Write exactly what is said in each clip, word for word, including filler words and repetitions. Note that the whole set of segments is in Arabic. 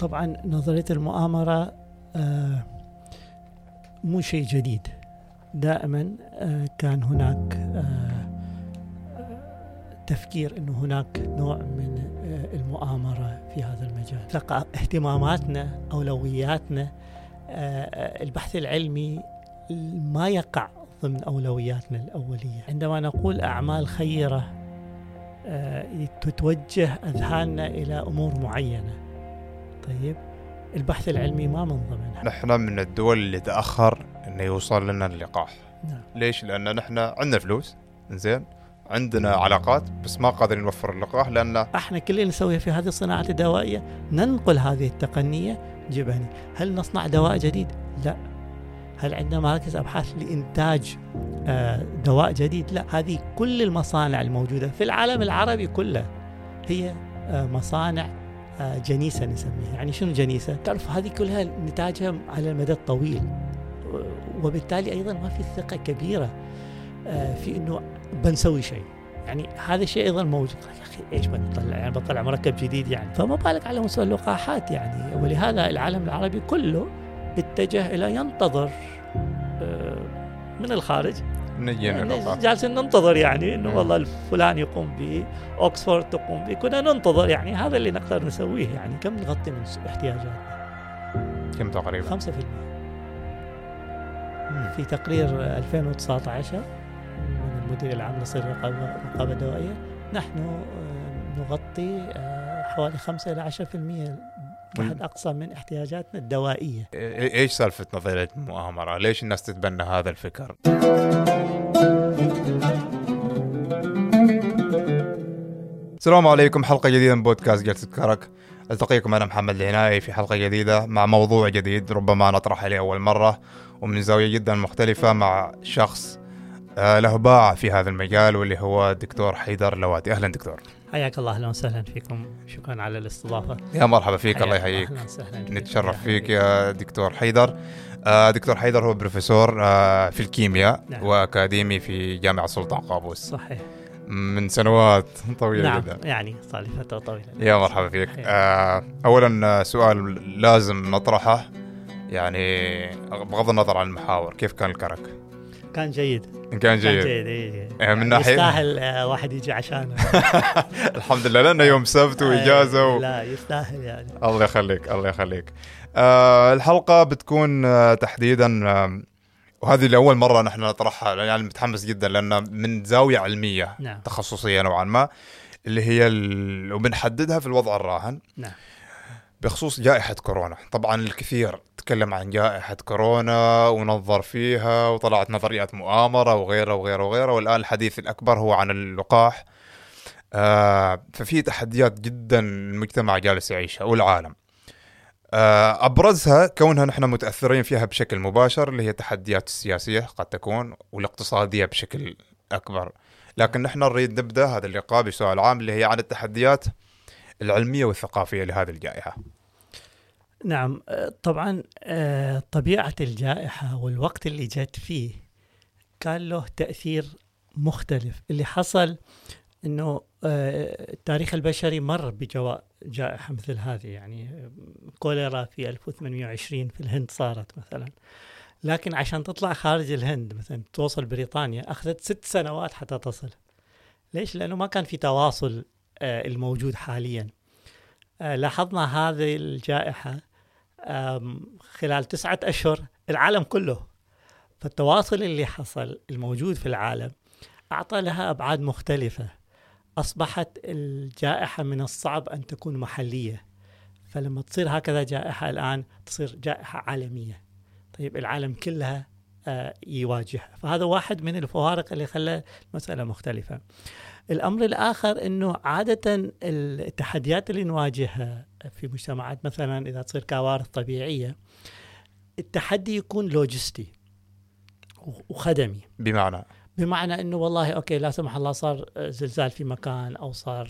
طبعا نظرية المؤامرة آه مو شيء جديد. دائما آه كان هناك آه تفكير أنه هناك نوع من آه المؤامرة في هذا المجال. تلقى اهتماماتنا، أولوياتنا، آه البحث العلمي ما يقع ضمن أولوياتنا الأولية. عندما نقول أعمال خيرة آه تتوجه أذهاننا إلى أمور معينة. طيب البحث العلمي ما من ضمنها. نحن من الدول اللي تأخر إنه يوصل لنا اللقاح. نعم. ليش؟ لأن نحن عندنا فلوس، إنزين، عندنا علاقات، بس ما قادرين نوفر اللقاح. لأن احنا كل اللي نسويه في هذه الصناعة الدوائية ننقل هذه التقنية جبهني. هل نصنع دواء جديد؟ لا. هل عندنا مراكز أبحاث لإنتاج آه دواء جديد؟ لا. هذه كل المصانع الموجودة في العالم العربي كله هي آه مصانع آه جنيسة نسميها. يعني شنو جنيسة؟ تعرف هذه كلها نتاجها على المدى الطويل، وبالتالي أيضا ما في ثقة كبيرة آه في إنه بنسوي شيء. يعني هذا الشيء أيضا موجود. يا أخي إيش بنطلع؟ يعني بطلع مركب جديد يعني. فما بالك على مستوى اللقاحات يعني. ولهذا العالم العربي كله اتجه إلى ينتظر آه من الخارج. يعني جالسين ننتظر يعني إنه والله الفلان يقوم به، أوكسفورد تقوم به، كنا ننتظر يعني. هذا اللي نقدر نسويه يعني. كم نغطي من احتياجاتنا؟ كم تقريبا؟ خمسة في المئة. في تقرير ألفين وتسعة عشر من المدير العام لصير الرقابة الدوائية، نحن نغطي حوالي خمسة إلى عشرة في المئة كحد أقصى من احتياجاتنا الدوائية. إيش سالفة نظرية المؤامرة؟ ليش الناس تتبنى هذا الفكر؟ السلام عليكم، حلقة جديدة من بودكاست جلسة كرك. ألتقيكم أنا محمد العنائي في حلقة جديدة مع موضوع جديد ربما نطرحه لأول مرة ومن زاوية جدا مختلفة مع شخص له باع في هذا المجال، واللي هو دكتور حيدر لواتي. أهلا دكتور. حياك الله. أهلا وسهلا فيكم. شكرا على الاستضافة. يا مرحبا فيك. الله يحييك. نتشرف فيك يا دكتور حيدر. دكتور حيدر هو بروفيسور في الكيمياء. نعم. وأكاديمي في جامعة سلطان قابوس. صحيح. من سنوات طويلة. نعم جدا. يعني صار لي فترة طويلة. يا مرحبا فيك. آه أولا سؤال لازم نطرحه، يعني بغض النظر عن المحاور، كيف كان الكرك؟ كان جيد. كان جيد. كان جيد. إيه. يعني من ناحية يستاهل آه واحد يجي عشانه. الحمد لله لأنه يوم سبت وإجازة و... لا يستاهل يعني. الله يخليك الله يخليك. آه الحلقة بتكون آه تحديدا آه وهذه لأول مرة نحن نطرحها، يعني متحمس جدا لأن من زاوية علمية. نعم. تخصصية نوعا ما، اللي هي ال... وبنحددها في الوضع الراهن. نعم. بخصوص جائحة كورونا. طبعا الكثير تكلم عن جائحة كورونا ونظر فيها وطلعت نظريات مؤامرة وغيره وغيره وغيره، والآن الحديث الأكبر هو عن اللقاح. آه ففي تحديات جدا المجتمع جالس يعيشها والعالم. آه أبرزها كونها نحن متأثرين فيها بشكل مباشر، اللي هي التحديات السياسية قد تكون، والاقتصادية بشكل أكبر. لكن نحن نريد نبدأ هذا اللقاء بسؤال عام اللي هي عن التحديات العلمية والثقافية لهذه الجائحة. نعم طبعا طبيعة الجائحة والوقت اللي جت فيه كان له تأثير مختلف. اللي حصل إنه التاريخ البشري مر بجواء جائحة مثل هذه، يعني كوليرا في ألف وثمانمئة وعشرين في الهند صارت مثلا، لكن عشان تطلع خارج الهند مثلا توصل بريطانيا أخذت ست سنوات حتى تصل. ليش؟ لأنه ما كان في تواصل الموجود حاليا. لاحظنا هذه الجائحة خلال تسعة أشهر العالم كله، فالتواصل اللي حصل الموجود في العالم أعطى لها أبعاد مختلفة. أصبحت الجائحة من الصعب أن تكون محلية، فلما تصير هكذا جائحة الآن تصير جائحة عالمية. طيب العالم كلها يواجهها، فهذا واحد من الفوارق اللي خلى المسألة مختلفة. الأمر الآخر أنه عادة التحديات اللي نواجهها في مجتمعات مثلا إذا تصير كوارث طبيعية، التحدي يكون لوجستي وخدمي. بمعنى بمعنى أنه والله أوكي لا سمح الله صار زلزال في مكان أو صار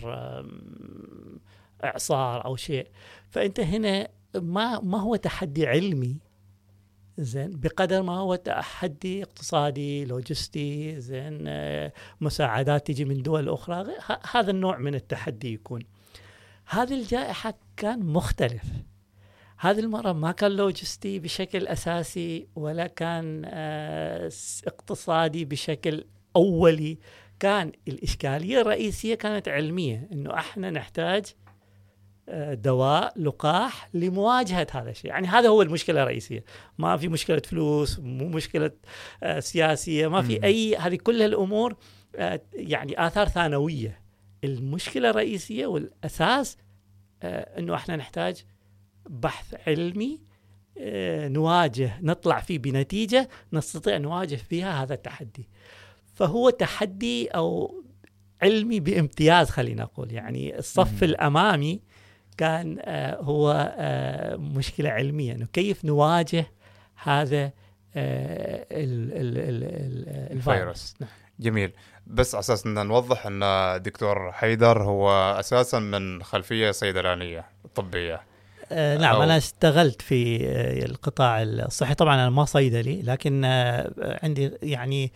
إعصار أو شيء، فأنت هنا ما ما هو تحدي علمي زين بقدر ما هو تحدي اقتصادي لوجستي زين، مساعدات تيجي من دول أخرى، هذا النوع من التحدي يكون. هذه الجائحة كان مختلف. هذه المرة ما كان لوجستي بشكل أساسي ولا كان آه اقتصادي بشكل أولي. كان الإشكالية الرئيسية كانت علمية، إنه إحنا نحتاج آه دواء لقاح لمواجهة هذا الشيء. يعني هذا هو المشكلة الرئيسية، ما في مشكلة فلوس، مو مشكلة آه سياسية، ما في أي، هذه كل الأمور آه يعني آثار ثانوية. المشكلة الرئيسية والأساس آه إنه إحنا نحتاج بحث علمي آه نواجه، نطلع فيه بنتيجة نستطيع نواجه فيها هذا التحدي. فهو تحدي أو علمي بامتياز، خلينا نقول. يعني الصف الأمامي كان آه هو آه مشكلة علمية، إنه كيف نواجه هذا آه الفيروس. جميل. بس على أساس أن نوضح أن دكتور حيدر هو أساسا من خلفية صيدلانية طبية. آه نعم، أو... أنا اشتغلت في آه القطاع الصحي. طبعا أنا ما صيدلي، لكن آه عندي يعني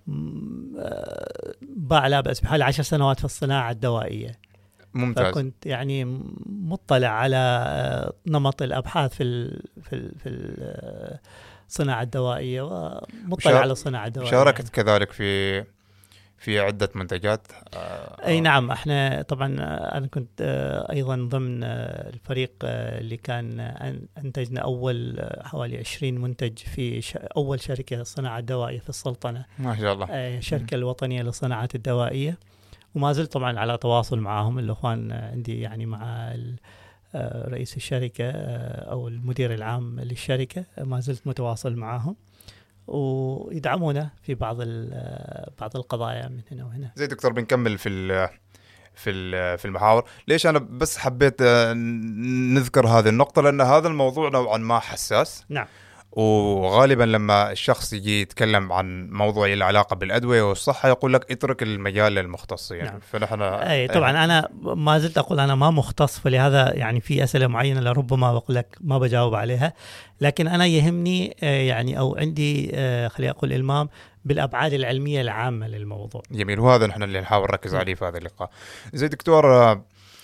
باع لا بأس بحوالي عشر سنوات في الصناعة الدوائية. ممتاز. فكنت يعني مطلع على نمط الأبحاث في ال في ال في الصناعة الدوائية، ومطلع وشار... على الصناعة الدوائية. شاركت يعني. كذلك في في عدة منتجات. أي نعم، احنا طبعا أنا كنت أيضا ضمن الفريق اللي كان أنتجنا أول حوالي عشرين منتج في ش... أول شركة صناعة دوائية في السلطنة، ما شاء الله، الشركة الوطنية للصناعات الدوائية. وما زلت طبعا على تواصل معهم، الأخوان عندي يعني مع رئيس الشركة أو المدير العام للشركة، ما زلت متواصل معهم ويدعمونا في بعض بعض القضايا من هنا وهنا. زي دكتور بنكمل في ال في ال في المحاور. ليش أنا بس حبيت نذكر هذه النقطة؟ لأن هذا الموضوع نوعا ما حساس. نعم. وغالبا لما الشخص يجي يتكلم عن موضوع له علاقة بالأدوية والصحة يقول لك اترك المجال للمختصين. نعم. فنحن أي طبعا أنا ما زلت أقول أنا ما مختص، فلهذا يعني في أسئلة معينة لربما بقول لك ما بجاوب عليها، لكن أنا يهمني يعني أو عندي خلي أقول إلمام بالأبعاد العلمية العامة للموضوع. جميل. وهذا نحن اللي نحاول نركز عليه في هذا اللقاء. زي دكتور،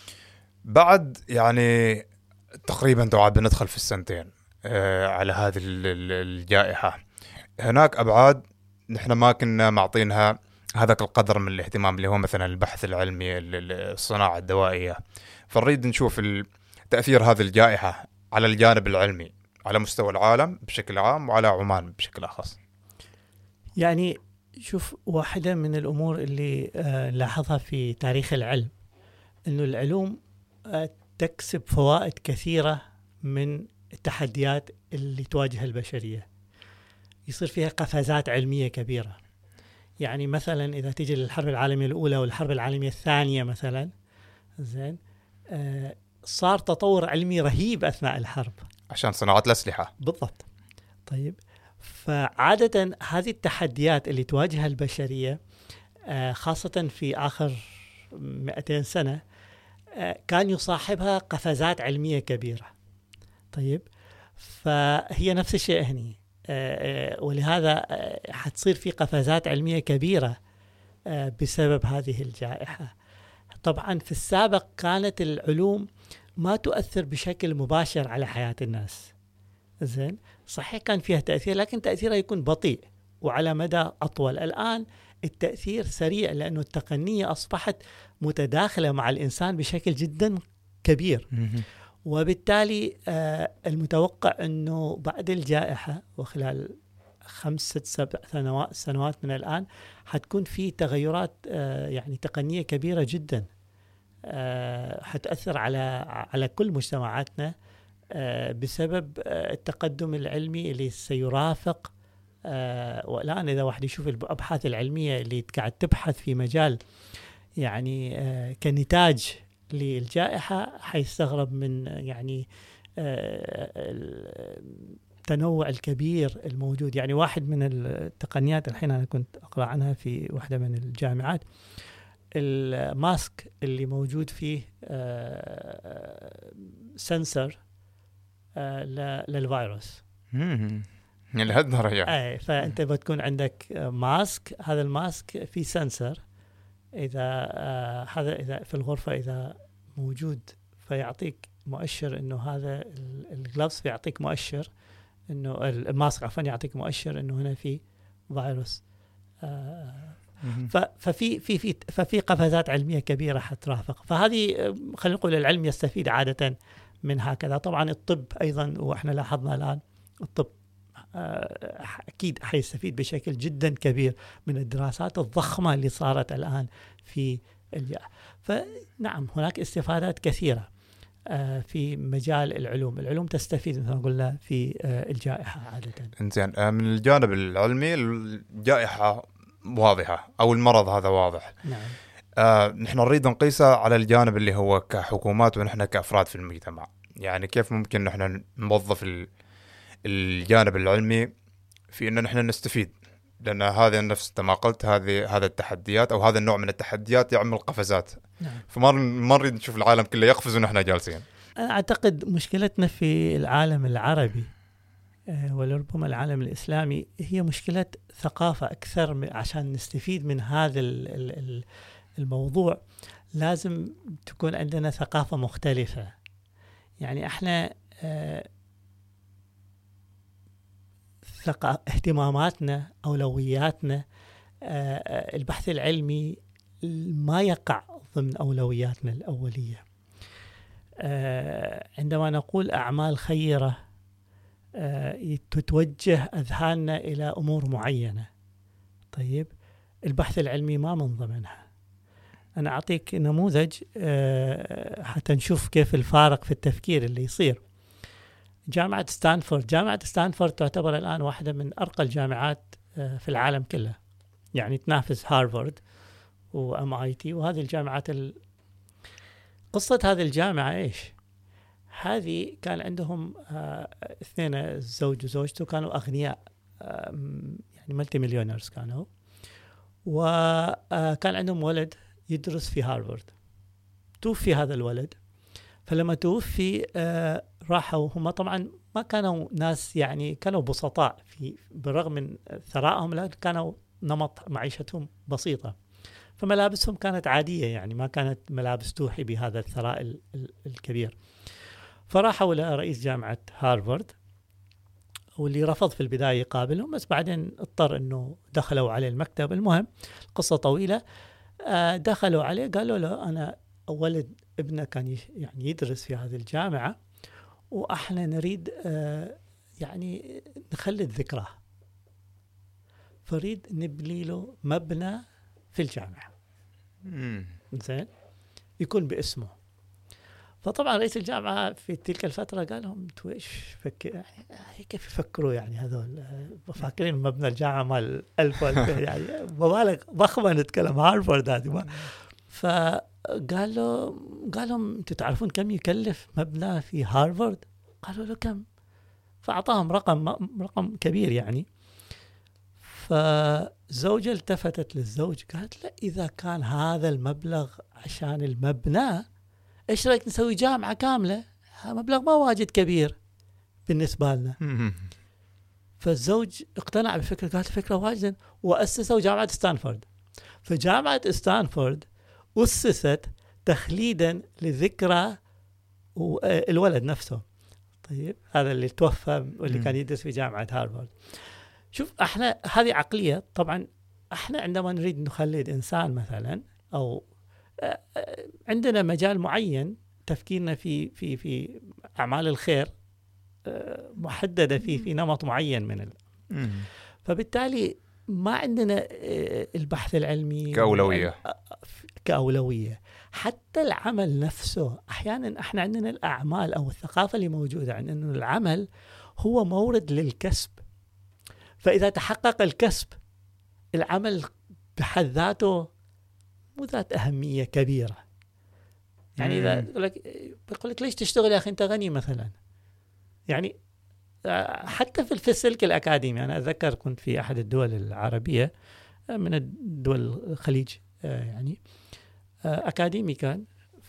بعد يعني تقريبا توعد بندخل في السنتين على هذه الجائحة، هناك أبعاد نحن ما كنا معطينها هذاك القدر من الاهتمام، اللي هو مثلا البحث العلمي، الصناعة الدوائية. فنريد نشوف تأثير هذه الجائحة على الجانب العلمي على مستوى العالم بشكل عام وعلى عمان بشكل أخص. يعني شوف، واحدة من الأمور اللي آه لاحظها في تاريخ العلم أنه العلوم آه تكسب فوائد كثيرة من التحديات اللي تواجه البشرية، يصير فيها قفزات علمية كبيرة. يعني مثلا إذا تيجي للحرب العالمية الأولى والحرب العالمية الثانية مثلا، زين آه صار تطور علمي رهيب أثناء الحرب عشان صناعة الأسلحة. بالضبط. طيب، فعادة هذه التحديات اللي تواجه البشرية آه خاصة في آخر مئتين سنة آه كان يصاحبها قفزات علمية كبيرة. طيب، فهي نفس الشيء هني، آه آه ولهذا آه حتصير في قفزات علمية كبيرة آه بسبب هذه الجائحة. طبعا في السابق كانت العلوم ما تؤثر بشكل مباشر على حياة الناس، زين صحيح كان فيها تأثير، لكن تأثيرها يكون بطيء وعلى مدى أطول. الآن التأثير سريع، لأنه التقنية أصبحت متداخلة مع الإنسان بشكل جدا كبير. وبالتالي آه المتوقع أنه بعد الجائحة وخلال خمسة سبع سنوات, سنوات من الآن حتكون في تغيرات آه يعني تقنية كبيرة جدا آه حتأثر على على كل مجتمعاتنا آه بسبب آه التقدم العلمي اللي سيرافق. آه والآن إذا واحد يشوف الأبحاث العلمية اللي قاعد تبحث في مجال يعني آه كنتاج للجائحة حيستغرب من يعني آه التنوع الكبير الموجود. يعني واحد من التقنيات الحين أنا كنت أقرأ عنها في واحدة من الجامعات، الماسك اللي موجود فيه آه سنسر آه للفيروس. لهالدرجة. أي، فأنت بتكون عندك ماسك، هذا الماسك فيه سنسر، إذا آه هذا إذا في الغرفة إذا موجود فيعطيك مؤشر انه هذا الجلافز يعطيك مؤشر انه الماسك عفوا يعطيك مؤشر انه هنا في فيروس. آه ففي في في ففي قفزات علميه كبيره حترافق. فهذه خلينا نقول العلم يستفيد عاده من هكذا. طبعا الطب ايضا، واحنا لاحظنا الان الطب اكيد حيستفيد بشكل جدا كبير من الدراسات الضخمه اللي صارت الان في الجائحه. فنعم هناك استفادات كثيره في مجال العلوم. العلوم تستفيد مثل ما قلنا في الجائحه عاده. انزين، من الجانب العلمي الجائحه واضحه او المرض هذا واضح. نعم. آه نحن نريد نقيسه على الجانب اللي هو كحكومات ونحن كأفراد في المجتمع. يعني كيف ممكن نحن نوظف الجانب العلمي في إنه نحن نستفيد، لأن هذا نفس ما قلت هذه هذا التحديات أو هذا النوع من التحديات يعمل قفزات. نعم. فما ما نريد نشوف العالم كله يقفز ونحن جالسين. أنا أعتقد مشكلتنا في العالم العربي ولربما العالم الإسلامي هي مشكلة ثقافة أكثر. عشان نستفيد من هذا الموضوع لازم تكون عندنا ثقافة مختلفة. يعني احنا اهتماماتنا أولوياتنا البحث العلمي ما يقع ضمن أولوياتنا الأولية. عندما نقول أعمال خيرة تتوجه أذهاننا إلى أمور معينة. طيب البحث العلمي ما من ضمنها. أنا أعطيك نموذج حتى نشوف كيف الفارق في التفكير اللي يصير. جامعة ستانفورد جامعة ستانفورد تعتبر الآن واحدة من أرقى الجامعات في العالم كله، يعني تنافس هارفارد وام اي تي وهذه الجامعات. ال... قصة هذه الجامعة إيش؟ هذه كان عندهم آه اثنين، الزوج وزوجته كانوا أغنياء، آه يعني ملتي مليونيرز كانوا، وكان عندهم ولد يدرس في هارفارد. توفي هذا الولد، فلما توفي آه راحوا هم طبعا ما كانوا ناس يعني كانوا بسطاء في بالرغم من ثرائهم، لكن كانوا نمط معيشتهم بسيطة، فملابسهم كانت عادية يعني ما كانت ملابس توحي بهذا الثراء ال- ال- الكبير. فراحوا إلى رئيس جامعة هارفارد واللي رفض في البداية يقابلهم، بس بعدين اضطر انه دخلوا عليه المكتب. المهم قصة طويلة، آه دخلوا عليه قالوا له أنا ولد ابنك كان يعني يدرس في هذه الجامعة وإحنا نريد آه يعني نخلد ذكراه، فريد نبني له مبنى في الجامعة زين يكون باسمه. فطبعا رئيس الجامعة في تلك الفترة قال لهم انتوا ايش فكر يعني كيف يفكروا يعني هذول فاكرين مبنى الجامعة مال ألف وألفين يعني مبالغ ضخمة نتكلم هارفارد هذه. فقال له قال لهم انتوا تعرفون كم يكلف مبنى في هارفارد؟ قالوا له كم؟ فأعطاهم رقم رقم كبير يعني. فزوجة التفتت للزوج قالت لا إذا كان هذا المبلغ عشان المبنى إيش رأيك نسوي جامعة كاملة؟ مبلغ ما واجد كبير بالنسبة لنا. فالزوج اقتنع بفكرة، قالت فكرة واجدا، وأسسوا جامعة ستانفورد. فجامعة ستانفورد أسست تخليدا لذكرى الولد نفسه. طيب هذا اللي توفى واللي كان يدرس في جامعة هارفارد. شوف احنا هذه عقلية. طبعا احنا عندما نريد نخلد إنسان مثلا أو عندنا مجال معين تفكيرنا في في في أعمال الخير محددة في في نمط معين من ال... فبالتالي ما عندنا البحث العلمي كأولوية كأولوية. حتى العمل نفسه أحيانا احنا عندنا الأعمال أو الثقافة اللي موجودة عن إنه العمل هو مورد للكسب، فإذا تحقق الكسب العمل بحد ذاته مو ذات أهمية كبيرة. يعني إذا يقول لك بقول لك ليش تشتغل يا أخي أنت غني مثلا، يعني حتى في السلك الأكاديمي. أنا أتذكر كنت في أحد الدول العربية من الدول الخليج يعني أكاديمي كان،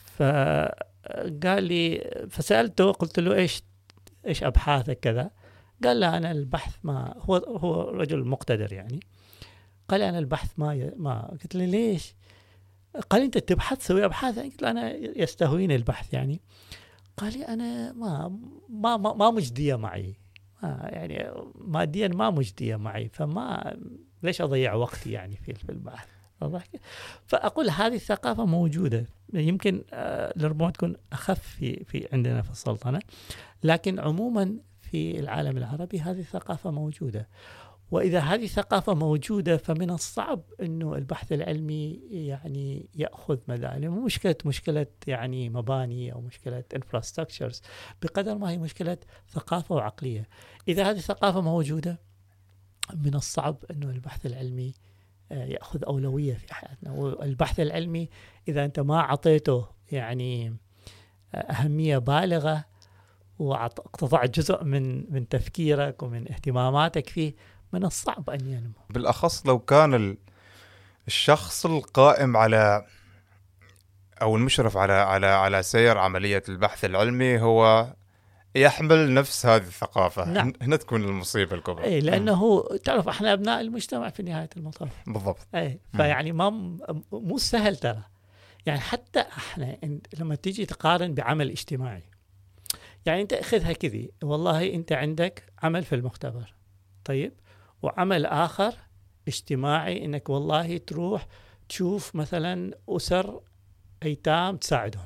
فقال لي فسألته قلت له إيش إيش أبحاثك كذا؟ قال لا أنا البحث ما هو هو رجل مقتدر يعني. قال لي أنا البحث ما ما قلت له ليش؟ قال أنت تبحث تسوي أبحاث؟ قلت له أنا يستهويني البحث يعني. قال لي أنا ما ما ما, ما مجدية معي، ما يعني ماديا ما مجدية معي، فما ليش أضيع وقتي يعني في في البحث. فأقول هذه الثقافة موجودة، يمكن لربما تكون أخف في في عندنا في السلطنة، لكن عموما في العالم العربي هذه الثقافة موجودة. وإذا هذه الثقافة موجودة فمن الصعب أنه البحث العلمي يعني يأخذ مدى، مو مشكلة مشكلة يعني مباني أو مشكلة infrastructures بقدر ما هي مشكلة ثقافة وعقلية. إذا هذه الثقافة موجودة من الصعب أنه البحث العلمي يأخذ أولوية في حياتنا. والبحث العلمي إذا أنت ما عطيته يعني أهمية بالغة واقتطعت جزء من من تفكيرك ومن اهتماماتك فيه، من الصعب أن ينمو. بالأخص لو كان الشخص القائم على أو المشرف على على على سير عملية البحث العلمي هو يحمل نفس هذه الثقافة. نعم. هنا تكون المصيبة الكبرى. أي لأنه تعرف إحنا أبناء المجتمع في نهاية المطاف. بالضبط. أي فيعني ما مو سهل ترى. يعني حتى إحنا لما تيجي تقارن بعمل اجتماعي، يعني أنت أخذها كذي، والله أنت عندك عمل في المختبر، طيب، وعمل آخر اجتماعي إنك والله تروح تشوف مثلا أسر أيتام تساعدهم.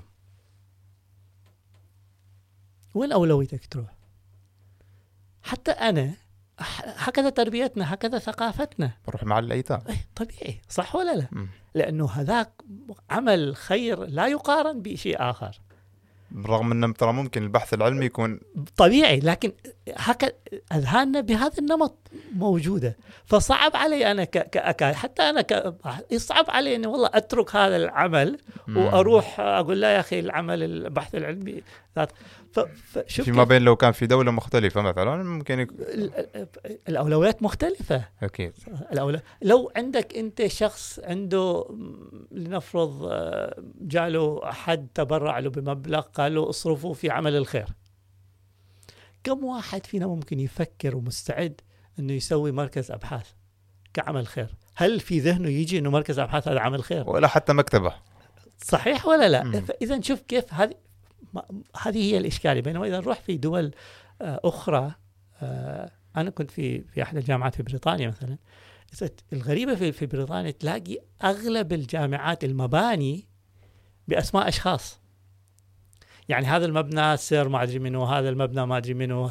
وين أولويتك تروح؟ حتى أنا هكذا تربيتنا، هكذا ثقافتنا، بروح مع الأيتام. أي طبيعي، صح ولا لا؟ م. لأنه هذاك عمل خير لا يقارن بشيء آخر، بالرغم أنه ترى ممكن البحث العلمي يكون طبيعي، لكن هكذا أذهاننا بهذا النمط موجودة. فصعب علي أنا كأكاد، حتى أنا ك... يصعب علي أني والله أترك هذا العمل م. وأروح أقول لا يا أخي العمل البحث العلمي ذات. ف... فيما بين لو كان في دولة مختلفة مثلا ممكن يك... الأولويات مختلفة أكيد. الأولى... لو عندك أنت شخص عنده لنفرض جاله أحد تبرع له بمبلغ قال له اصرفه في عمل الخير، كم واحد فينا ممكن يفكر ومستعد أنه يسوي مركز أبحاث كعمل خير؟ هل في ذهنه يجي أنه مركز أبحاث هذا عمل خير؟ ولا حتى مكتبة. صحيح ولا لا؟ فإذا نشوف كيف هذه هذه هي الإشكالية. بينما إذا نروح في دول أخرى، أنا كنت في في أحد الجامعات في بريطانيا مثلا، الغريبة في في بريطانيا تلاقي أغلب الجامعات المباني بأسماء أشخاص، يعني هذا المبنى سير ما أدري منه، هذا المبنى ما أدري منه.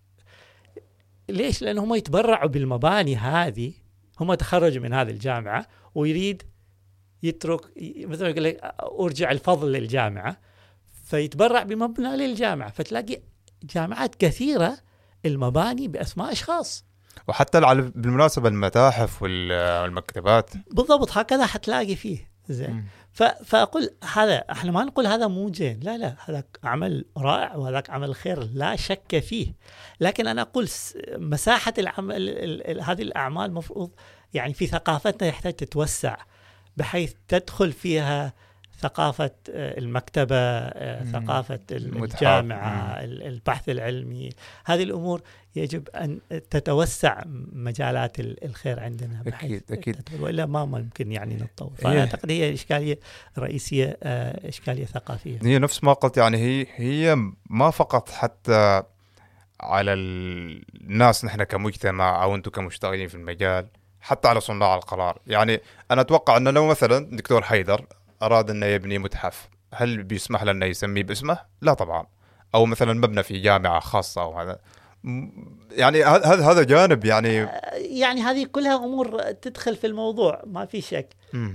ليش؟ لأنه هم يتبرعوا بالمباني هذه، هم تخرجوا من هذه الجامعة ويريد يترك مثلا يقول لك أرجع الفضل للجامعة، فيتبرع بمبنى للجامعة، فتلاقي جامعات كثيرة المباني بأسماء أشخاص. وحتى بالمناسبة المتاحف والمكتبات بالضبط هكذا حتلاقي فيه زين. فأقول هذا احنا ما نقول هذا مو زين، لا لا، هذا عمل رائع وهذاك عمل خير لا شك فيه، لكن أنا أقول مساحة العمل هذه الأعمال مفروض يعني في ثقافتنا يحتاج تتوسع بحيث تدخل فيها ثقافة المكتبة، مم. ثقافة الجامعة، مم. البحث العلمي، هذه الأمور يجب أن تتوسع مجالات الخير عندنا أكيد أكيد، وإلا ما ممكن يعني نتطور. فأنا أعتقد هي إشكالية رئيسية، إشكالية ثقافية. هي نفس ما قلت، يعني هي هي ما فقط حتى على الناس نحن كمجتمع أو أنتم كمشتغلين في المجال، حتى على صناع القرار. يعني أنا أتوقع أن لو مثلا دكتور حيدر أراد أنه يبني متحف، هل بيسمح لنا يسميه باسمه؟ لا طبعا. أو مثلا مبنى في جامعة خاصة أو هذا، يعني هذا هذا جانب يعني يعني هذه كلها أمور تدخل في الموضوع ما في شك.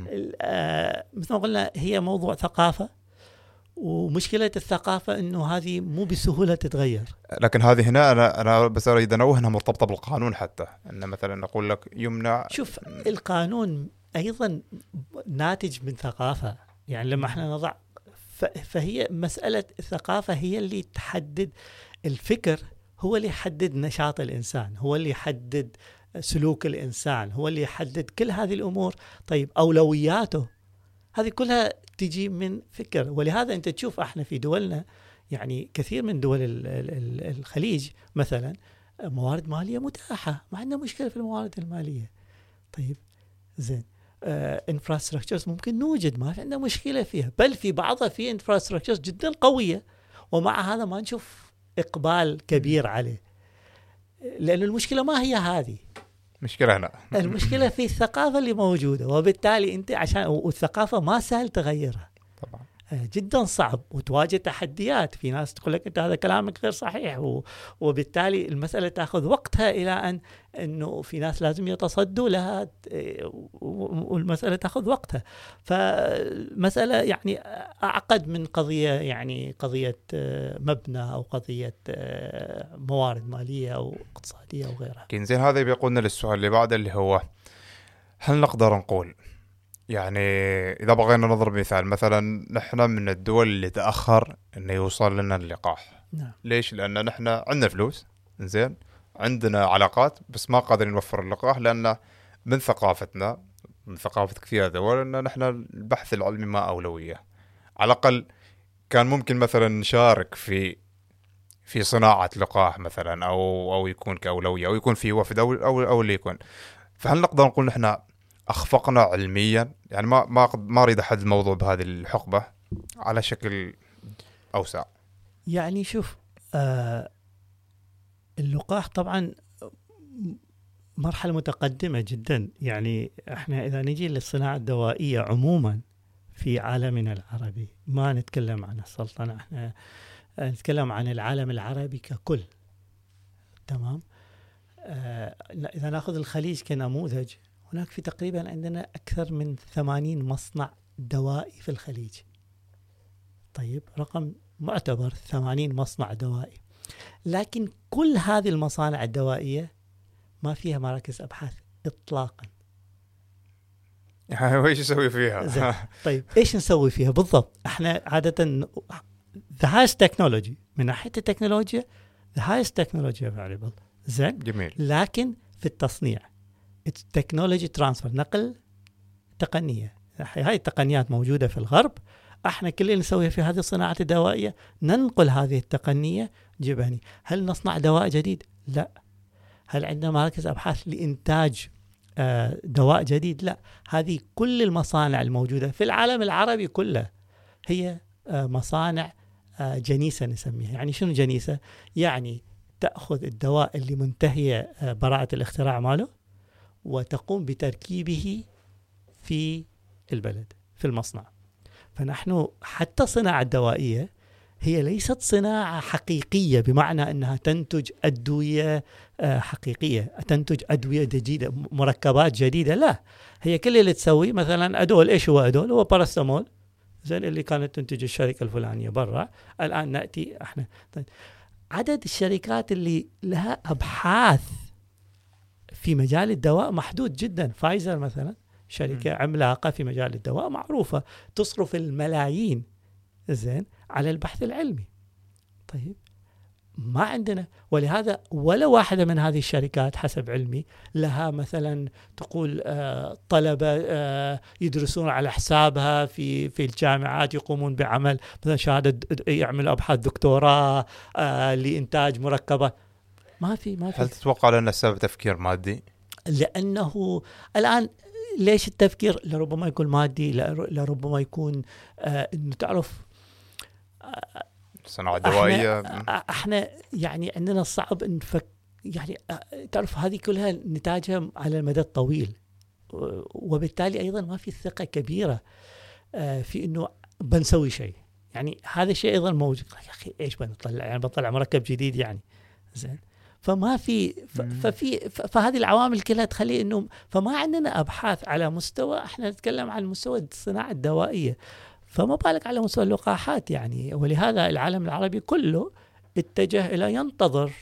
آه مثل ما قلنا هي موضوع ثقافة، ومشكلة الثقافة إنه هذه مو بسهولة تتغير. لكن هذه هنا أنا أنا بس أريد أنوه أنها مرتبطة بالقانون، حتى أن مثلا نقول لك يمنع. شوف القانون أيضا ناتج من ثقافة، يعني لما احنا نضع فهي مسألة الثقافة هي اللي تحدد الفكر، هو اللي يحدد نشاط الإنسان، هو اللي يحدد سلوك الإنسان، هو اللي يحدد كل هذه الأمور. طيب أولوياته هذه كلها تجي من فكر. ولهذا أنت تشوف احنا في دولنا، يعني كثير من دول الخليج مثلا موارد مالية متاحة، ما عندنا مشكلة في الموارد المالية. طيب زين، انفراستراكشرز ممكن نوجد، ما في عندنا مشكلة فيها، بل في بعضها في انفراستراكشرز جدا قوية ومع هذا ما نشوف إقبال كبير عليه، لأن المشكلة ما هي هذه، مشكلة هنا المشكلة في الثقافة اللي موجودة، وبالتالي أنت عشان والثقافة ما سهل تغيرها طبعا، جدا صعب، وتواجه تحديات. في ناس تقول لك أنت هذا كلامك غير صحيح، و... وبالتالي المسألة تأخذ وقتها إلى أن أنه في ناس لازم يتصدوا لها، والمسألة تأخذ وقتها. فمسألة يعني أعقد من قضية يعني قضية مبنى أو قضية موارد مالية أو اقتصادية أو غيرها. زين، هذا بيقودنا للسؤال اللي بعده، اللي هو هل نقدر نقول يعني إذا بغينا نضرب مثال، مثلا نحن من الدول اللي تأخر إنه يوصل لنا اللقاح. نعم. ليش؟ لأن نحن عندنا فلوس، زين، عندنا علاقات، بس ما قادرين نوفر اللقاح، لأن من ثقافتنا، من ثقافة كثير دول، إن نحن البحث العلمي ما أولوية. على الأقل كان ممكن مثلا نشارك في في صناعة لقاح مثلا، أو أو يكون كأولوية، أو يكون في وفد، أو أو أو اللي يكون. فهل نقدر نقول نحن أخفقنا علميا؟ يعني ما ما ما أريد أحد الموضوع بهذه الحقبة على شكل أوسع. يعني شوف، آه اللقاح طبعا مرحلة متقدمة جدا. يعني احنا إذا نجي للصناعة الدوائية عموما في عالمنا العربي، ما نتكلم عن السلطنة، احنا نتكلم عن العالم العربي ككل. تمام. آه إذا نأخذ الخليج كنموذج، هناك في تقريبا عندنا أكثر من ثمانين مصنع دوائي في الخليج. طيب، رقم معتبر ثمانين مصنع دوائي، لكن كل هذه المصانع الدوائية ما فيها مراكز أبحاث إطلاقا. يعني وإيش نسوي فيها؟ طيب، إيش نسوي فيها بالضبط؟ احنا عادة the highest technology، من ناحية التكنولوجيا the highest technology available، زين، جميل، لكن في التصنيع التكنولوجي ترانسفير، نقل تقنية. هاي التقنيات موجودة في الغرب، احنا كل اللي نسويه في هذه الصناعة الدوائية ننقل هذه التقنية جبني. هل نصنع دواء جديد؟ لا. هل عندنا مراكز أبحاث لإنتاج آه دواء جديد؟ لا. هذه كل المصانع الموجودة في العالم العربي كله هي آه مصانع آه جنيسة نسميها. يعني شنو جنيسة؟ يعني تأخذ الدواء اللي منتهية آه براءة الاختراع ماله، وتقوم بتركيبه في البلد في المصنع. فنحن حتى الصناعة الدوائية هي ليست صناعة حقيقية، بمعنى أنها تنتج أدوية حقيقية، تنتج أدوية جديدة، مركبات جديدة. لا، هي كل اللي تسوي مثلا أدول. إيش هو أدول؟ هو باراستامول، زين، اللي كانت تنتج الشركة الفلانية برا. الآن نأتي احنا، طيب، عدد الشركات اللي لها أبحاث في مجال الدواء محدود جدا. فايزر مثلا شركة عملاقة في مجال الدواء معروفة، تصرف الملايين، زين، على البحث العلمي. طيب، ما عندنا، ولهذا ولا واحدة من هذه الشركات حسب علمي لها مثلا تقول آه طلبة آه يدرسون على حسابها في في الجامعات، يقومون بعمل مثلا شهادة، يعملوا أبحاث دكتوراه آه لإنتاج مركبة. ما في ما في هل تتوقع لأن السبب تفكير مادي؟ لأنه الآن ليش التفكير لربما يكون مادي، لربما يكون آه إنه تعرف آه صناعة دوائية. احنا, احنا يعني عندنا صعب نفك، يعني تعرف هذه كلها نتاجها على المدى الطويل، وبالتالي أيضا ما في ثقة كبيرة آه في إنه بنسوي شيء. يعني هذا الشيء أيضا موجود. يا أخي إيش بنطلع؟ يعني بنطلع مركب جديد يعني، زين. فما في ففي فهذه العوامل كلها تخلي انه فما عندنا ابحاث على مستوى، احنا نتكلم عن مستوى الصناعه الدوائيه، فما بالك على مستوى اللقاحات يعني. ولهذا العالم العربي كله اتجه الى ينتظر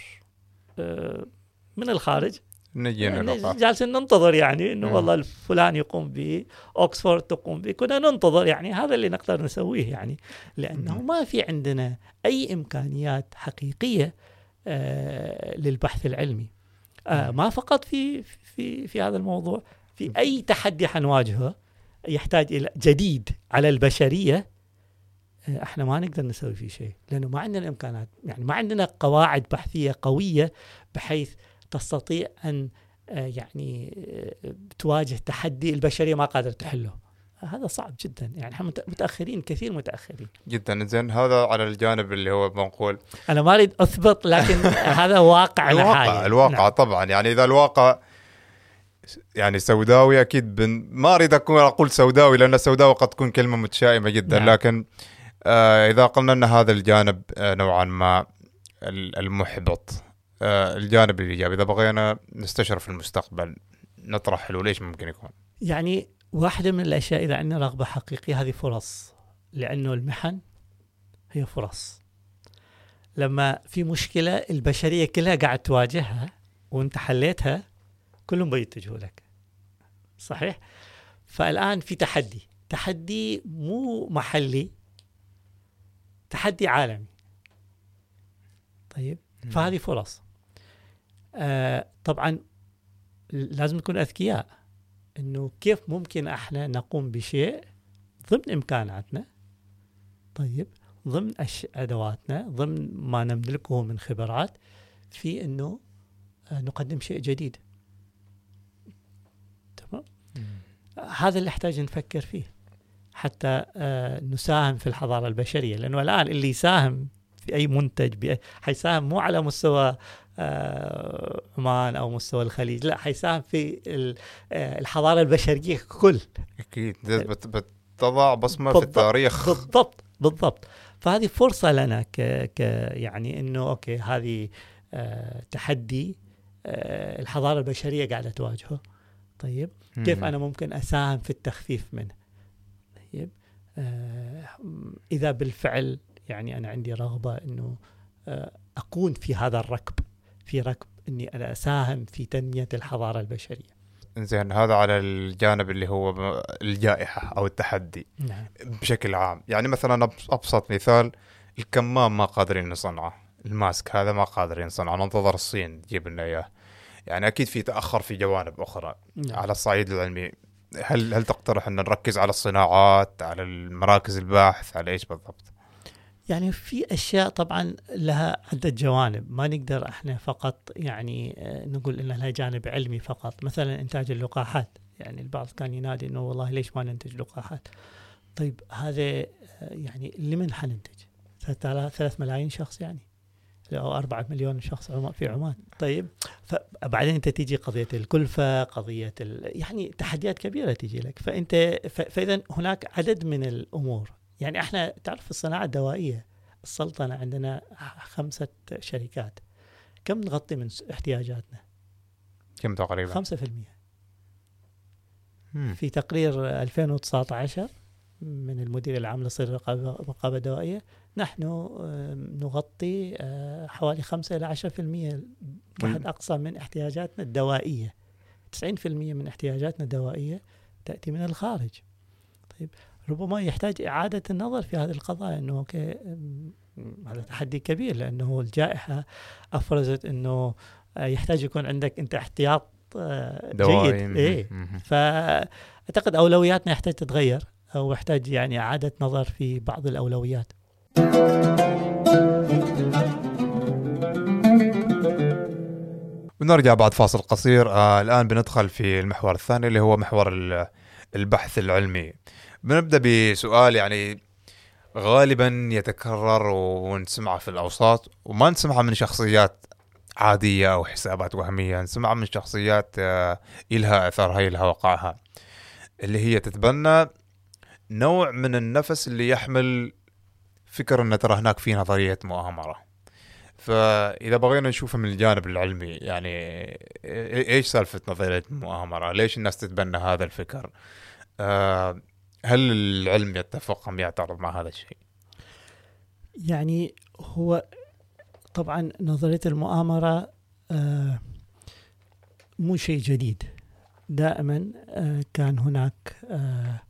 من الخارج، نجينا جالسين ننتظر يعني انه والله الفلان يقوم به، اوكسفورد تقوم به، كنا ننتظر يعني. هذا اللي نقدر نسويه يعني، لانه ما في عندنا اي امكانيات حقيقيه آه للبحث العلمي. آه ما فقط في في في هذا الموضوع، في أي تحدي حنواجهه يحتاج إلى جديد على البشرية، آه احنا ما نقدر نسوي فيه شيء، لأنه ما عندنا إمكانات، يعني ما عندنا قواعد بحثية قوية بحيث تستطيع أن آه يعني آه تواجه تحدي البشرية ما قادرة تحله. هذا صعب جدا، يعني احنا متاخرين كثير متاخرين جدا. زين هذا على الجانب اللي هو بنقول انا ما اريد اثبت، لكن هذا واقع الواقع الواقع نعم. طبعا يعني اذا الواقع يعني سوداوي اكيد بن... ما اريد اكون اقول سوداوي لان السوداوي قد تكون كلمه متشائمه جدا نعم. لكن آه اذا قلنا ان هذا الجانب آه نوعا ما المحبط، آه الجانب الايجابي اذا بغينا نستشرف في المستقبل نطرح حلول ايش ممكن يكون؟ يعني واحدة من الأشياء إذا عندنا رغبة حقيقية هذه فرص، لأنه المحن هي فرص. لما في مشكلة البشرية كلها قاعد تواجهها وانت حليتها كلهم بيتجهوا لك، صحيح؟ فالآن في تحدي، تحدي مو محلي، تحدي عالمي. طيب فهذه فرص. آه طبعا لازم نكون أذكياء إنه كيف ممكن إحنا نقوم بشيء ضمن إمكاناتنا، طيب ضمن أش... أدواتنا، ضمن ما نملكه من خبرات، في إنه آه نقدم شيء جديد. تمام. هذا اللي يحتاج نفكر فيه حتى آه نساهم في الحضارة البشرية، لأنه الآن اللي يساهم في أي منتج بأي... حيساهم مو على مستوى آه عمان أو مستوى الخليج، لا حيساهم في آه الحضارة البشرية ككل. أكيد بتضع بصمة في التاريخ. بالضبط بالضبط. فهذه فرصة لنا ك... ك يعني إنه أوكي هذه آه تحدي آه الحضارة البشرية قاعدة تواجهه. طيب كيف أنا ممكن أساهم في التخفيف منه؟ طيب آه إذا بالفعل يعني أنا عندي رغبة إنه آه أكون في هذا الركب، في ركب إني أنا أساهم في تنمية الحضارة البشرية. زين هذا على الجانب اللي هو الجائحة أو التحدي. نعم. بشكل عام يعني مثلا أبسط مثال الكمام ما قادرين نصنعه، الماسك هذا ما قادرين نصنعه، ننتظر الصين تجيب لنا إياه. يعني أكيد في تأخر في جوانب أخرى. نعم. على الصعيد العلمي هل هل تقترح أن نركز على الصناعات، على المراكز البحث، على إيش بالضبط؟ يعني في أشياء طبعا لها عدة جوانب، ما نقدر احنا فقط يعني نقول إن لها جانب علمي فقط. مثلا إنتاج اللقاحات، يعني البعض كان ينادي إنه والله ليش ما ننتج لقاحات؟ طيب هذا يعني لمن حننتج؟ ثلاث ملايين شخص يعني، أو أربعة مليون شخص في عمان. طيب فبعدين أنت تيجي قضية الكلفة، قضية يعني تحديات كبيرة تيجي لك. فأنت فإذا هناك عدد من الأمور. يعني احنا تعرف الصناعة الدوائية السلطنة عندنا خمسة شركات، كم نغطي من احتياجاتنا؟ كم تقريبا؟ خمسة في المية. في تقرير ألفين وتسعة عشر من المدير العام لصيد الرقابة الدوائية نحن نغطي حوالي خمسة إلى عشرة في المية كحد أقصى من احتياجاتنا الدوائية. تسعين في المية من احتياجاتنا الدوائية تأتي من الخارج. طيب ربما يحتاج إعادة النظر في هذه القضايا، إنه أوكي هذا تحدي كبير، لأنه الجائحة أفرزت إنه يحتاج يكون عندك أنت احتياط جيد. إيه. فأعتقد أولوياتنا يحتاج تتغير، أو يحتاج يعني إعادة نظر في بعض الأولويات. ونرجع بعد فاصل قصير. آه الآن بندخل في المحور الثاني اللي هو محور البحث العلمي. بنبدأ بسؤال يعني غالبا يتكرر ونسمعه في الأوساط، وما نسمعه من شخصيات عادية أو حسابات وهمية، نسمعه من شخصيات آه إلها أثرها إلها وقعها، اللي هي تتبنى نوع من النفس اللي يحمل فكرة أن ترى هناك في نظرية مؤامرة. فإذا بغينا نشوفها من الجانب العلمي، يعني إيش سالفة نظرية المؤامرة؟ ليش الناس تتبنى هذا الفكر؟ آه هل العلم يتفق أم يعترض مع هذا الشيء؟ يعني هو طبعا نظرية المؤامرة آه مو شيء جديد. دائما آه كان هناك آه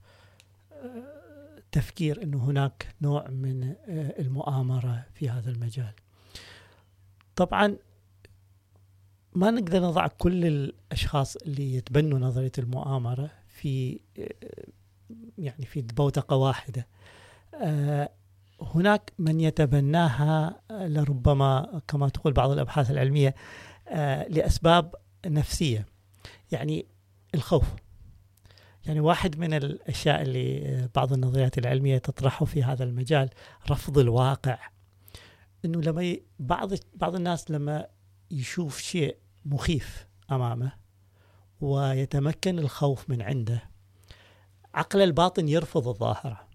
تفكير أنه هناك نوع من المؤامرة في هذا المجال. طبعا ما نقدر نضع كل الأشخاص اللي يتبنوا نظرية المؤامرة في يعني في بوتقة واحدة. هناك من يتبناها لربما كما تقول بعض الأبحاث العلمية لأسباب نفسية، يعني الخوف. يعني واحد من الأشياء اللي بعض النظريات العلمية تطرحه في هذا المجال رفض الواقع. إنه لما ي... بعض بعض الناس لما يشوف شيء مخيف أمامه ويتمكن الخوف من عنده، عقل الباطن يرفض الظاهرة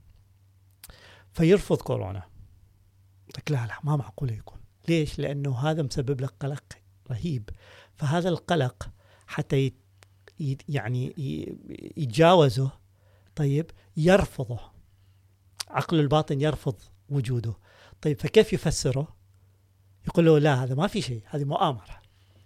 فيرفض كورونا. لا لا ما معقول يكون. ليش؟ لأنه هذا مسبب لك قلق رهيب، فهذا القلق حتى يت... يعني يتجاوزه طيب يرفضه، عقل الباطن يرفض وجوده. طيب فكيف يفسره؟ يقول له لا هذا ما في شيء، هذه مؤامرة.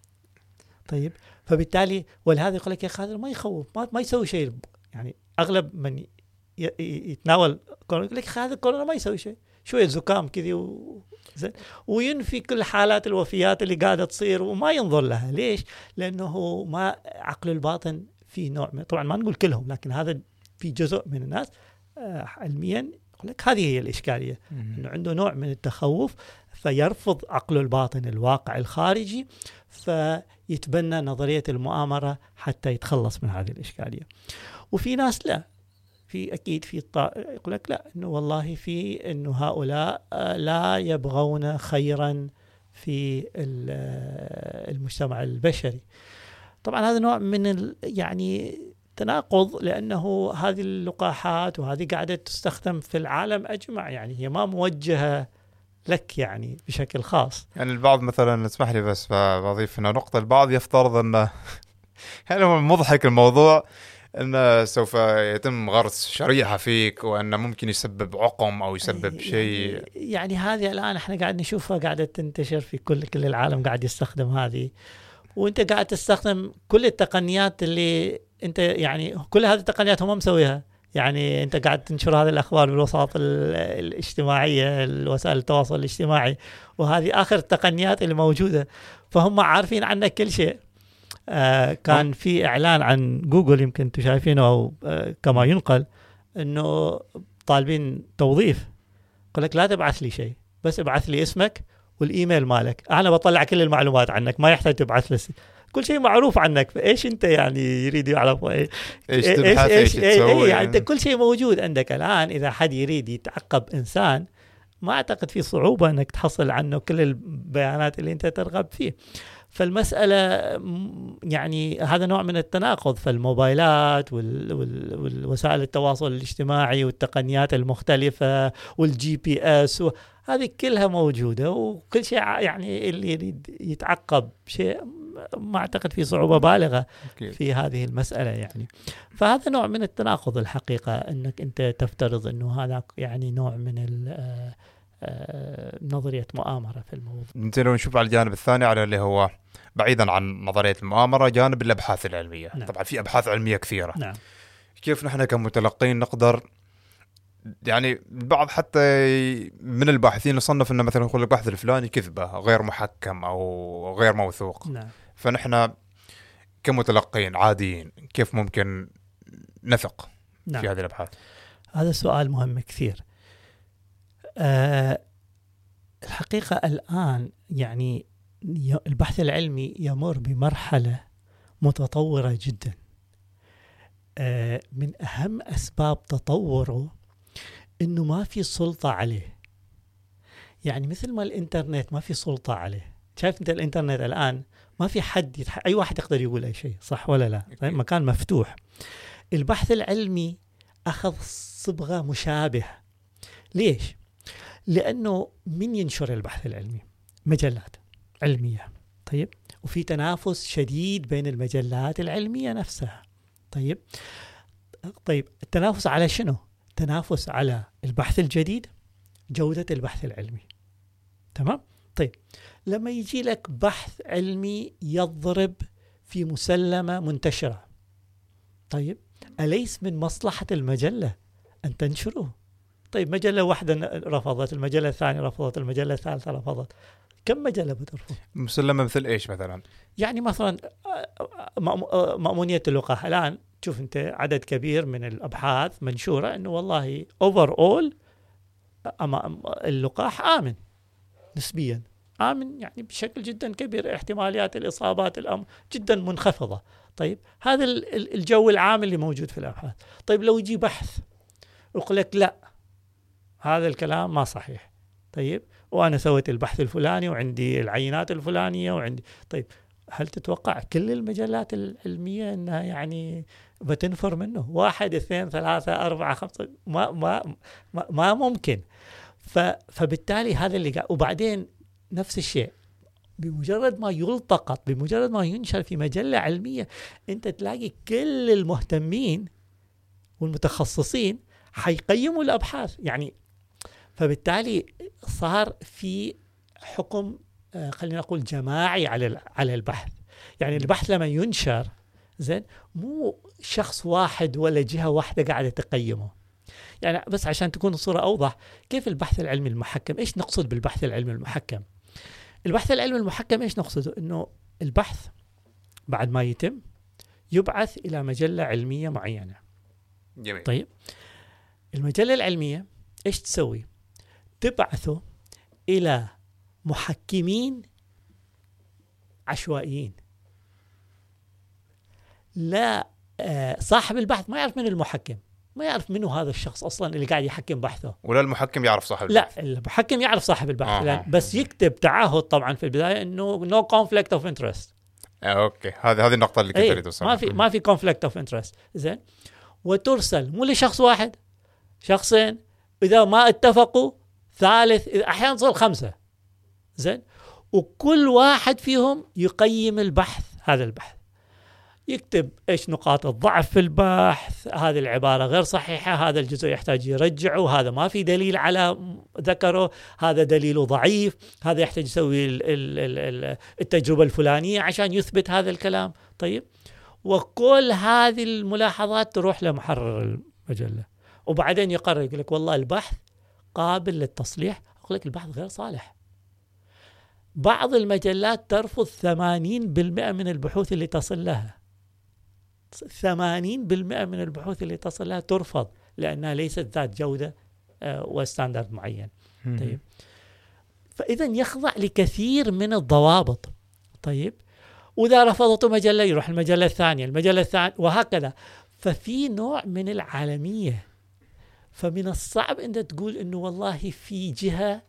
طيب فبالتالي ولهذا يقول لك يا أخي هذا ما يخوف، ما, ما يسوي شيء. يعني أغلب من ي... يتناول كورونا يقول لك هذا كورونا ما يسوي شيء، شوية زكام كذي و... وينفي كل حالات الوفيات اللي قاعدة تصير وما ينظر لها. ليش؟ لأنه ما عقل الباطن في نوع من... طبعا ما نقول كلهم، لكن هذا في جزء من الناس آه علميا يقول لك هذه هي الإشكالية، أنه عنده نوع من التخوف فيرفض عقل الباطن الواقع الخارجي فيتبنى نظرية المؤامرة حتى يتخلص من هذه الإشكالية. وفي ناس لا، في أكيد في الط... يقول لك لا إنه والله في إنه هؤلاء لا يبغون خيرا في المجتمع البشري. طبعا هذا نوع من ال... يعني تناقض، لأنه هذه اللقاحات وهذه قاعدة تستخدم في العالم أجمع، يعني هي ما موجهة لك يعني بشكل خاص. يعني البعض مثلا اسمح لي بس بضيف هنا نقطة، البعض يفترض أنه يعني مضحك الموضوع أنه سوف يتم غرس شريحة فيك وأنه ممكن يسبب عقم أو يسبب يعني شيء. يعني هذه الآن احنا قاعد نشوفها قاعدة تنتشر في كل كل العالم، قاعد يستخدم هذه، وانت قاعد تستخدم كل التقنيات اللي انت يعني كل هذه التقنيات هم مسويها. يعني انت قاعد تنشر هذه الأخبار بالوسائل الاجتماعية، الوسائل التواصل الاجتماعي، وهذه آخر التقنيات اللي موجودة، فهم عارفين عنك كل شيء. آه كان في إعلان عن جوجل يمكن انتم شايفينه أو آه كما ينقل إنه طالبين توظيف، يقول لك لا تبعث لي شيء، بس ابعث لي اسمك والإيميل مالك، أنا بطلع كل المعلومات عنك، ما يحتاج تبعث لي كل شيء معروف عنك. فإيش أنت يعني يريد يعرف إيه إيش تبحث إيش تسوي؟ إيه يعني أنت كل شيء موجود عندك الآن. إذا حد يريد يتعقب إنسان ما أعتقد في صعوبة أنك تحصل عنه كل البيانات اللي أنت ترغب فيه. فالمسألة يعني هذا نوع من التناقض. فالموبايلات وال وال والوسائل التواصل الاجتماعي والتقنيات المختلفة والجي بي اس هذه كلها موجودة، وكل شيء يعني اللي يريد يتعقب شيء ما أعتقد في صعوبة بالغة في هذه المسألة يعني. فهذا نوع من التناقض الحقيقة، أنك أنت تفترض أنه هذا يعني نوع من نظرية مؤامرة في الموضوع. انت لو نشوف على الجانب الثاني على اللي هو بعيدا عن نظرية المؤامرة، جانب الأبحاث العلمية. نعم. طبعا في أبحاث علمية كثيرة. نعم. كيف نحن كمتلقين نقدر يعني البعض حتى من الباحثين يصنف أنه مثلا يقول البحث الفلاني كذبة غير محكم أو غير موثوق. نعم. فنحن كمتلقين عاديين كيف ممكن نثق نعم. في هذه الأبحاث؟ هذا سؤال مهم كثير. أه الحقيقة الآن يعني البحث العلمي يمر بمرحلة متطورة جدا. أه من أهم أسباب تطوره إنه ما في سلطة عليه. يعني مثل ما الإنترنت ما في سلطة عليه. شايف أنت الإنترنت الآن ما في حد يتح... أي واحد يقدر يقول أي شيء، صح ولا لا؟ طيب مكان مفتوح. البحث العلمي أخذ صبغة مشابهة. ليش؟ لأنه من ينشر البحث العلمي؟ مجلات علمية. طيب وفي تنافس شديد بين المجلات العلمية نفسها. طيب طيب التنافس على شنو؟ تنافس على البحث الجديد، جودة البحث العلمي. تمام؟ طيب لما يجي لك بحث علمي يضرب في مسلمة منتشرة، طيب أليس من مصلحة المجلة أن تنشره؟ طيب مجلة واحدة رفضت، المجلة الثانية رفضت، المجلة الثالثة رفضت، كم مجلة بترفض؟ مسلمة مثل إيش مثلا؟ يعني مثلا مأمونية اللقاح. الآن تشوف أنت عدد كبير من الأبحاث منشورة أنه والله overall اللقاح آمن نسبيا، آمن يعني بشكل جدا كبير، احتماليات الإصابات الأم جدا منخفضة. طيب هذا الجو العام اللي موجود في الأبحاث. طيب لو يجي بحث ويقول لك لا هذا الكلام ما صحيح، طيب وأنا سويت البحث الفلاني وعندي العينات الفلانية وعندي، طيب هل تتوقع كل المجلات العلمية أنها يعني بتنفر منه؟ واحد اثنين ثلاثة أربعة خمسة ما ما ما, ما ممكن. فبالتالي هذا اللي قاعد. وبعدين نفس الشيء بمجرد ما يلتقط، بمجرد ما ينشر في مجلة علمية، أنت تلاقي كل المهتمين والمتخصصين حيقيموا الأبحاث يعني. فبالتالي صار في حكم خلينا نقول جماعي على على البحث. يعني البحث لما ينشر زين مو شخص واحد ولا جهة واحدة قاعدة تقيمه. يعني بس عشان تكون الصورة أوضح، كيف البحث العلمي المحكم؟ إيش نقصد بالبحث العلمي المحكم؟ البحث العلمي المحكم إيش نقصده؟ إنه البحث بعد ما يتم يبعث إلى مجلة علمية معينة. جميل. طيب المجلة العلمية إيش تسوي؟ تبعثه إلى محكمين عشوائيين. لا آه صاحب البحث ما يعرف من المحكم، ما يعرف منه هذا الشخص أصلا اللي قاعد يحكم بحثه، ولا المحكم يعرف صاحب البحث. لا المحكم يعرف صاحب البحث. آه. لا بس يكتب تعهد طبعا في البداية إنه no conflict of interest. آه، أوكي هذه هذه النقطة اللي كنت أيه. أريد أوصلها. ما في ما في conflict of interest. زين وترسل مو لشخص واحد، شخصين، إذا ما اتفقوا ثالث، أحيانا تصل خمسة. زين وكل واحد فيهم يقيم البحث، هذا البحث يكتب إيش نقاط الضعف في البحث، هذه العبارة غير صحيحة، هذا الجزء يحتاج يرجعه، هذا ما في دليل على ذكره، هذا دليله ضعيف، هذا يحتاج يسوي التجربة الفلانية عشان يثبت هذا الكلام. طيب وكل هذه الملاحظات تروح لمحرر المجلة، وبعدين يقرر يقول لك والله البحث قابل للتصليح، أقول لك البحث غير صالح. بعض المجلات ترفض ثمانين بالمئة من البحوث اللي تصل لها، ثمانين بالمئة من البحوث اللي تصل لها ترفض لأنها ليست ذات جودة وستاندرد معين. طيب فإذا يخضع لكثير من الضوابط. طيب وإذا رفضته مجلة يروح المجلة الثانية، المجلة الثانية، وهكذا. ففي نوع من العالمية. فمن الصعب أن تقول أنه والله في جهة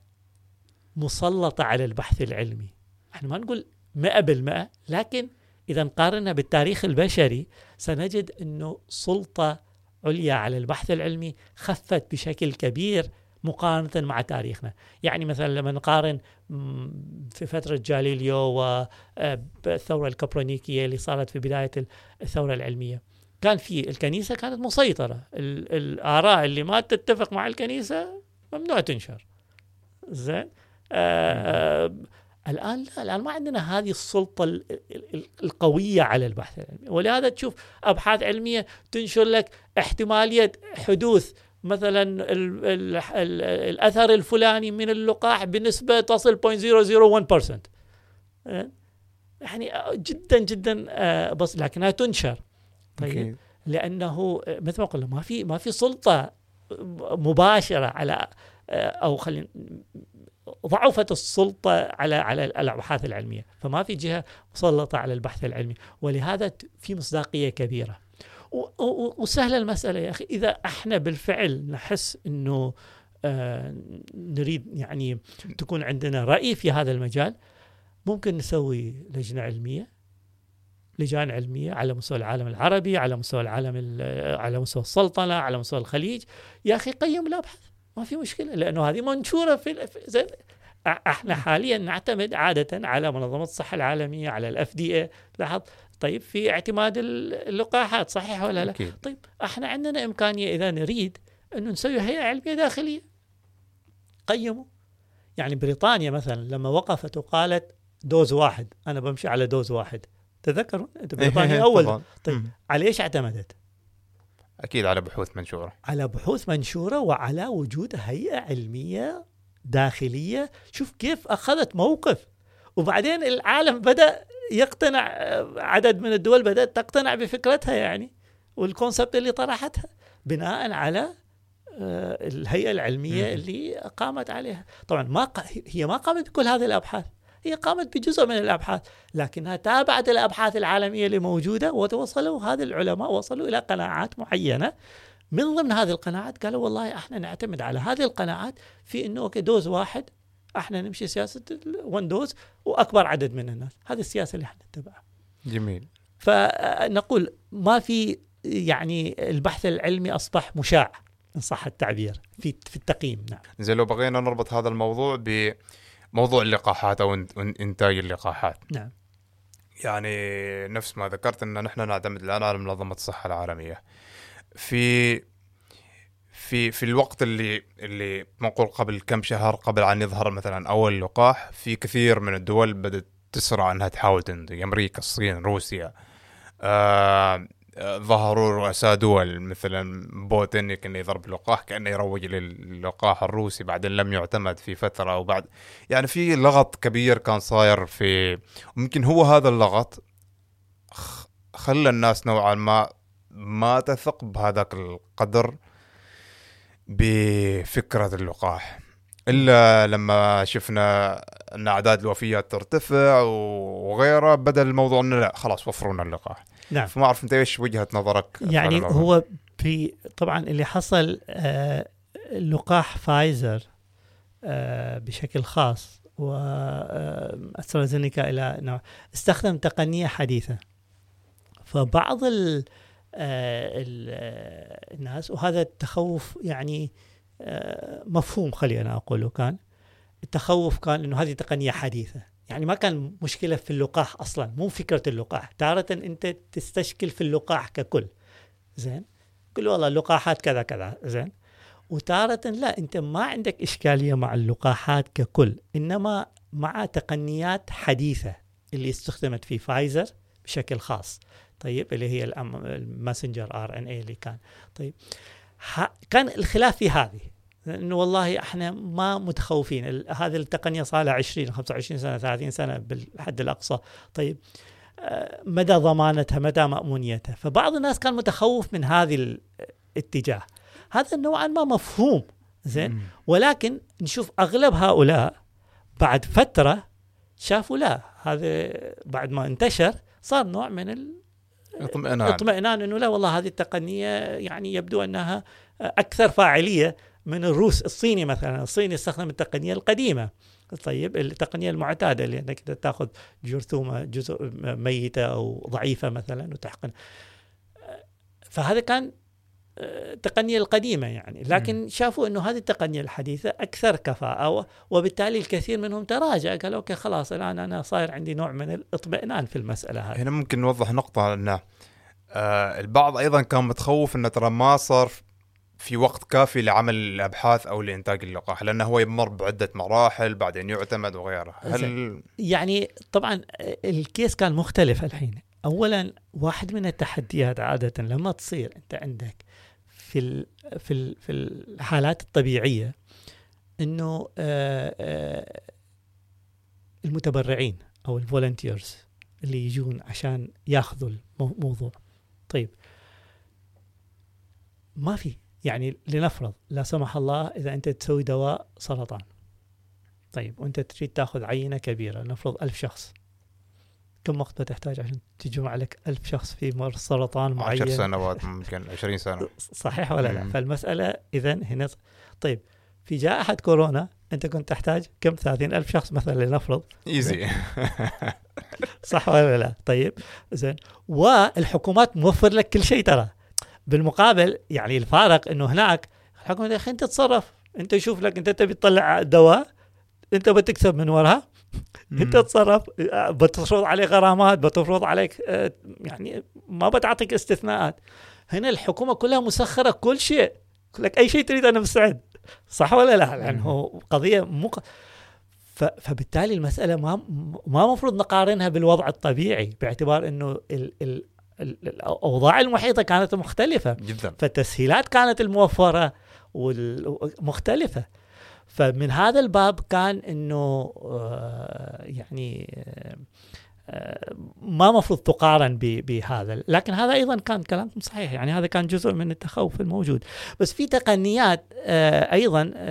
مسلطة على البحث العلمي. احنا ما نقول مئة بالمئة، لكن إذا نقارنها بالتاريخ البشري سنجد أنه سلطة عليا على البحث العلمي خفت بشكل كبير مقارنة مع تاريخنا. يعني مثلا لما نقارن في فترة جاليليو والثورة الكوبرنيكية اللي صارت في بداية الثورة العلمية، كان في الكنيسة كانت مسيطرة، الآراء اللي ما تتفق مع الكنيسة ممنوع تنشر. زين آه آه الآن لا، الآن ما عندنا هذه السلطة القوية على البحث العلمي، ولهذا تشوف أبحاث علمية تنشر لك احتمالية حدوث مثلا ال ال ال الأثر الفلاني من اللقاح بنسبة تصل صفر فاصلة صفر صفر واحد بالمئة، يعني جدا جدا آه بس لكنها تنشر. طيب لأنه مثل ما قلنا ما في ما في سلطة مباشرة على أو خلينا ضعفت السلطة على على الأبحاث العلمية، فما في جهة مسلطة على البحث العلمي، ولهذا في مصداقية كبيرة. وسهلة المسألة يا أخي، إذا احنا بالفعل نحس إنه آه نريد يعني تكون عندنا رأي في هذا المجال، ممكن نسوي لجنة علمية، لجان علمية على مستوى العالم العربي، على مستوى العالم على مستوى السلطنة، على مستوى الخليج. يا أخي قيم الأبحاث ما في مشكلة، لأنه هذه منشورة في زين. احنا حاليا نعتمد عادة على منظمة الصحة العالمية، على الاف دي اي. لاحظ طيب في اعتماد اللقاحات، صحيح ولا لا؟ أكيد. طيب احنا عندنا إمكانية إذا نريد أنه نسوي هيئة علمية داخلية قيموا. يعني بريطانيا مثلا لما وقفت وقالت دوز واحد، أنا بمشي على دوز واحد، تذكروا بريطانيا أول. طيب على إيش اعتمدت؟ أكيد على بحوث منشورة، على بحوث منشورة وعلى وجود هيئة علمية داخلية. شوف كيف أخذت موقف، وبعدين العالم بدأ يقتنع، عدد من الدول بدأت تقتنع بفكرتها يعني والكونسبت اللي طرحتها بناء على الهيئة العلمية اللي قامت عليها. طبعا ما ق... هي ما قامت بكل هذه الأبحاث، هي قامت بجزء من الأبحاث، لكنها تابعت الأبحاث العالمية اللي موجودة، وتوصلوا هذا العلماء وصلوا إلى قناعات معينة. من ضمن هذه القناعات قالوا والله احنا نعتمد على هذه القناعات في انه دوز واحد، احنا نمشي سياسة وان دوز واكبر عدد من الناس. هذه السياسة اللي احنا نتبعها. جميل. فنقول ما في يعني البحث العلمي اصبح مشاع ان صح التعبير في في التقييم. نعم. زي لو بغينا نربط هذا الموضوع بموضوع اللقاحات او انتاج اللقاحات. نعم. يعني نفس ما ذكرت ان نحن نعتمد الان على منظمة الصحة العالمية. في في في الوقت اللي اللي نقول قبل كم شهر قبل أن يظهر مثلا أول لقاح، في كثير من الدول بدأت تسرع أنها تحاول تنتج. أمريكا، الصين، روسيا، آه آه ظهروا رؤساء دول مثلا بوتين كأنه يضرب لقاح، كأنه يروج للقاح الروسي، بعدين لم يعتمد في فترة، وبعد يعني في لغط كبير كان صاير في. ممكن هو هذا اللغط خلى الناس نوعا ما ما تثق بهذاك القدر بفكرة اللقاح، إلا لما شفنا أن أعداد الوفيات ترتفع وغيره بدل الموضوع أنه لا خلاص وفرونا اللقاح. نعم. فما أعرف أنت إيش وجهة نظرك؟ يعني هو في طبعا اللي حصل آه لقاح فايزر آه بشكل خاص وأسترازينيكا إلى نوع استخدم تقنية حديثة، فبعض ال الناس، وهذا التخوف يعني مفهوم خلينا أقوله، كان التخوف كان إنه هذه تقنية حديثة، يعني ما كان مشكلة في اللقاح أصلا، مو فكرة اللقاح. تارة أنت تستشكل في اللقاح ككل، زين، كل والله اللقاحات كذا كذا، زين، وتارة لا، أنت ما عندك إشكالية مع اللقاحات ككل، إنما مع تقنيات حديثة اللي استخدمت في فايزر بشكل خاص، طيب، اللي هي الماسنجر ار ان اي اللي كان. طيب، كان الخلاف في هذه، انه والله احنا ما متخوفين، هذه التقنيه صار لها عشرين خمسة وعشرين سنه ثلاثين سنه بالحد الاقصى، طيب مدى ضمانتها، مدى مأمونيتها. فبعض الناس كان متخوف من هذه الاتجاه، هذا نوعا ما مفهوم، زين، ولكن نشوف اغلب هؤلاء بعد فتره شافوا لا، هذا بعد ما انتشر صار نوع من ال اطمئنان اطمئنان انه لا والله هذه التقنيه يعني يبدو انها اكثر فاعليه من الروس. الصيني مثلا، الصيني استخدم التقنيه القديمه، طيب، التقنيه المعتاده اللي انك تاخذ جرثومه جزء ميته او ضعيفه مثلا وتحقن، فهذا كان التقنيه القديمه يعني. لكن م. شافوا انه هذه التقنيه الحديثه اكثر كفاءه، وبالتالي الكثير منهم تراجع، قالوا اوكي خلاص الان انا صاير عندي نوع من الاطمئنان في المساله هذه. هنا ممكن نوضح نقطه، ان آه البعض ايضا كان متخوف انه ترى ما صار في وقت كافي لعمل الابحاث او لانتاج اللقاح، لانه هو يمر بعده مراحل بعدين يعتمد وغيره. هل يعني طبعا الكيس كان مختلف الحين. اولا، واحد من التحديات عاده لما تصير انت عندك في ال في ال في الحالات الطبيعيه، انه آآ آآ المتبرعين او الفولنتيرز اللي يجون عشان ياخذوا الموضوع، طيب، ما في يعني، لنفرض لا سمح الله اذا انت تسوي دواء سرطان، طيب، وانت تريد تاخذ عينه كبيره، نفرض ألف شخص، كم وقت بتحتاج عشان تجمع لك ألف شخص في مرض سرطان معين؟ عشر سنوات ممكن عشرين سنة. صحيح ولا لا؟ فالمسألة إذن هنا، طيب، في جائحة كورونا أنت كنت تحتاج كم؟ ثلاثين ألف شخص مثلا لنفرض. إيزي. صح ولا لا؟ طيب، زين، والحكومات موفر لك كل شيء ترى. بالمقابل يعني الفارق إنه هناك الحكومة يا أخي أنت تصرف، أنت شوف لك، أنت تبي تطلع دواء، أنت بتكسب من وراها، انت تتصرف، بتفرض عليك غرامات، بتفرض عليك يعني ما بتعطيك استثناءات. هنا الحكومة كلها مسخرة، كل شيء، لك اي شيء تريد انا مستعد، صح ولا لا؟ لانه قضية مو ف... فبالتالي المسألة ما ما مفروض نقارنها بالوضع الطبيعي، باعتبار انه ال... ال... الاوضاع المحيطة كانت مختلفة جدا، فالتسهيلات كانت الموفرة والمختلفة. فمن هذا الباب كان انه آه يعني آه ما مفروض تقارن بهذا، لكن هذا ايضا كان كلامكم صحيح، يعني هذا كان جزء من التخوف الموجود. بس في تقنيات آه ايضا آه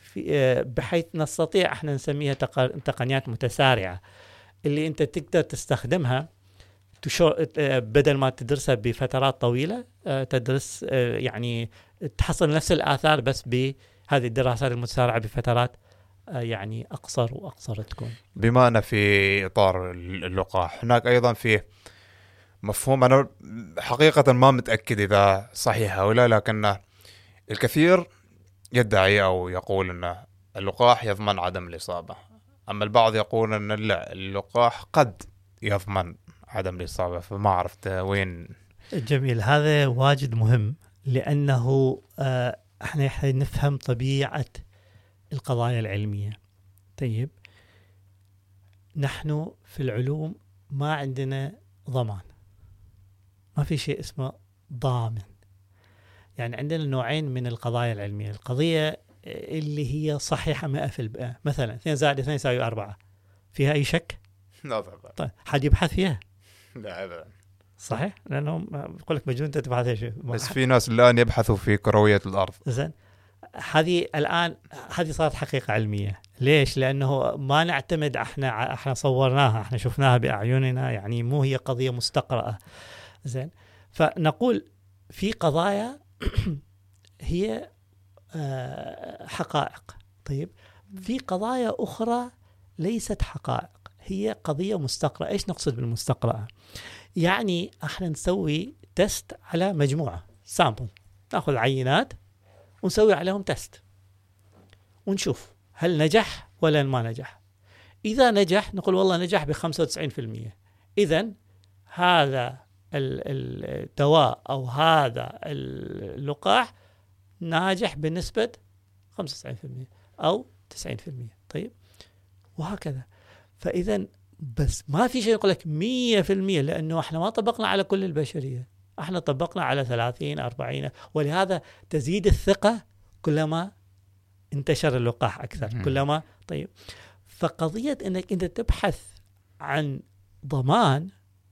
في بحيث نستطيع احنا نسميها تقنيات متسارعة اللي انت تقدر تستخدمها بدل ما تدرسها بفترات طويلة، تدرس يعني تحصل نفس الآثار بس بهذه الدراسات المتسارعة بفترات يعني أقصر وأقصر تكون. بما أن في إطار اللقاح هناك أيضا في مفهوم أنا حقيقة ما متأكد إذا صحيح أو لا، لكن الكثير يدعي أو يقول أن اللقاح يضمن عدم الإصابة، أما البعض يقول أن لا، اللقاح قد يضمن عدم الإصابة، فما عرفت وين. جميل، هذا واجد مهم لأنه آه احنا نفهم طبيعة القضايا العلمية. طيب نحن في العلوم ما عندنا ضمان، ما في شيء اسمه ضامن. يعني عندنا نوعين من القضايا العلمية، القضية اللي هي صحيحة مئة في المئة، مثلا اثنين زائد اثنين يساوي أربعة، فيها أي شك؟ لا طبعا. طيب حد يبحث فيها؟ لا أبدا. صحيح، لأنهم بقول لك مجنون تبحث ايش. بس في ناس الآن يبحثوا في كروية الأرض. زين، هذه الآن هذه صارت حقيقة علمية. ليش؟ لأنه ما نعتمد، احنا احنا صورناها، احنا شفناها بأعيننا، يعني مو هي قضية مستقرأة. زين، فنقول في قضايا هي حقائق. طيب في قضايا أخرى ليست حقائق، هي قضية مستقرأة. إيش نقصد بالمستقرأة؟ يعني احنا نسوي تست على مجموعة سامبل، نأخذ عينات ونسوي عليهم تست ونشوف هل نجح ولا ما نجح. إذا نجح نقول والله نجح بخمسة وتسعين في المية، إذن هذا الدواء أو هذا اللقاح ناجح بنسبة خمسة وتسعين في المية أو تسعين في المية. طيب وهكذا. فإذا بس ما في شيء يقول لك مية في المية، لأنه احنا ما طبقنا على كل البشرية، احنا طبقنا على ثلاثين أربعين، ولهذا تزيد الثقة كلما انتشر اللقاح أكثر كلما. طيب فقضية أنك أنت تبحث عن ضمان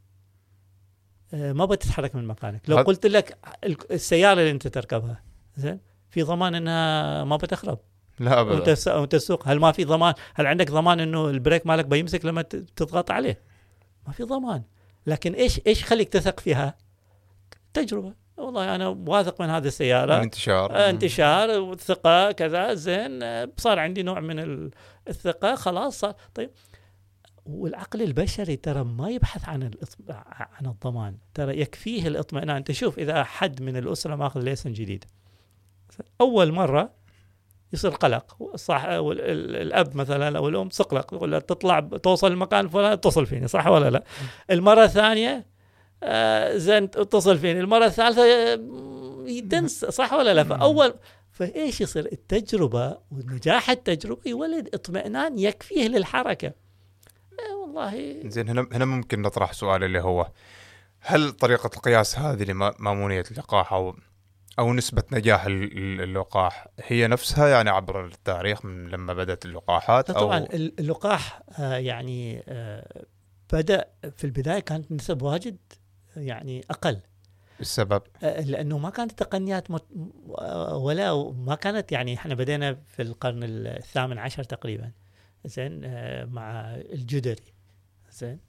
ما بتتحرك من مكانك. لو قلت لك السيارة اللي أنت تركبها زين في ضمان أنها ما بتخرب؟ لا أبدا. وانت تسوق، هل ما في ضمان؟ هل عندك ضمان انه البريك مالك بيمسك لما تضغط عليه؟ ما في ضمان. لكن ايش ايش خليك تثق فيها؟ تجربه. والله انا واثق من هذه السياره، انتشار آه انتشار والثقه كذا، زين آه صار عندي نوع من الثقه، خلاص صار. طيب والعقل البشري ترى ما يبحث عن عن الضمان، ترى يكفيه الاطمئنان. انت شوف اذا حد من الاسره ماخذ ليسن جديد اول مره يصير قلق، صح؟ الأب مثلا أو الأم تقلق، تقول له تطلع توصل المكان الفلاني اتصل فيني، صح ولا لا؟ المرة الثانية آه زين اتصل فيني، المرة الثالثة يدنس، صح ولا لا؟ فأول فإيش يصير؟ التجربة ونجاح التجربة يولد اطمئنان يكفيه للحركة. لا والله. زين، هنا هنا ممكن نطرح سؤال اللي هو هل طريقة القياس هذه لمامونية اللقاح أو أو نسبة نجاح اللقاح هي نفسها يعني عبر التاريخ من لما بدأت اللقاحات؟ أو طبعا اللقاح آه يعني آه بدأ في البداية كانت نسب واجد يعني أقل. السبب؟ آه لأنه ما كانت تقنيات مت ولا ما كانت، يعني إحنا بدينا في القرن الثامن عشر تقريبا، زين آه مع الجدري، زين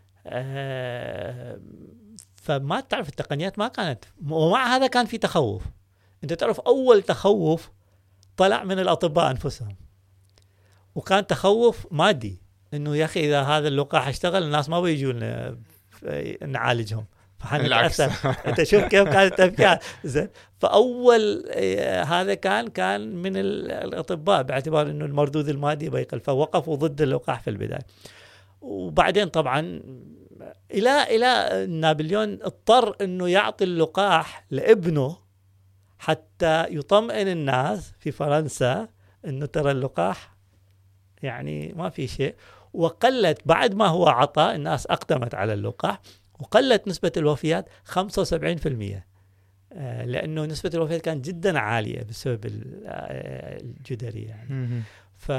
آه فما تعرف التقنيات ما كانت، ومع هذا كان في تخوف. انت تعرف اول تخوف طلع من الاطباء انفسهم، وكان تخوف مادي، انه يا اخي اذا هذا اللقاح اشتغل الناس ما بيجون نعالجهم فحنتاثر. انت شوف كيف كانت التفكير. زين، فاول هذا كان كان من الاطباء باعتبار انه المردود المادي بيقل، فوقفوا ضد اللقاح في البدايه. وبعدين طبعا الى الى نابليون اضطر انه يعطي اللقاح لابنه حتى يطمئن الناس في فرنسا انه ترى اللقاح يعني ما في شيء. وقلت بعد ما هو عطى الناس اقدمت على اللقاح، وقلت نسبة الوفيات خمسة وسبعين بالمئة، لانه نسبة الوفيات كانت جدا عالية بسبب الجدري يعني. ف...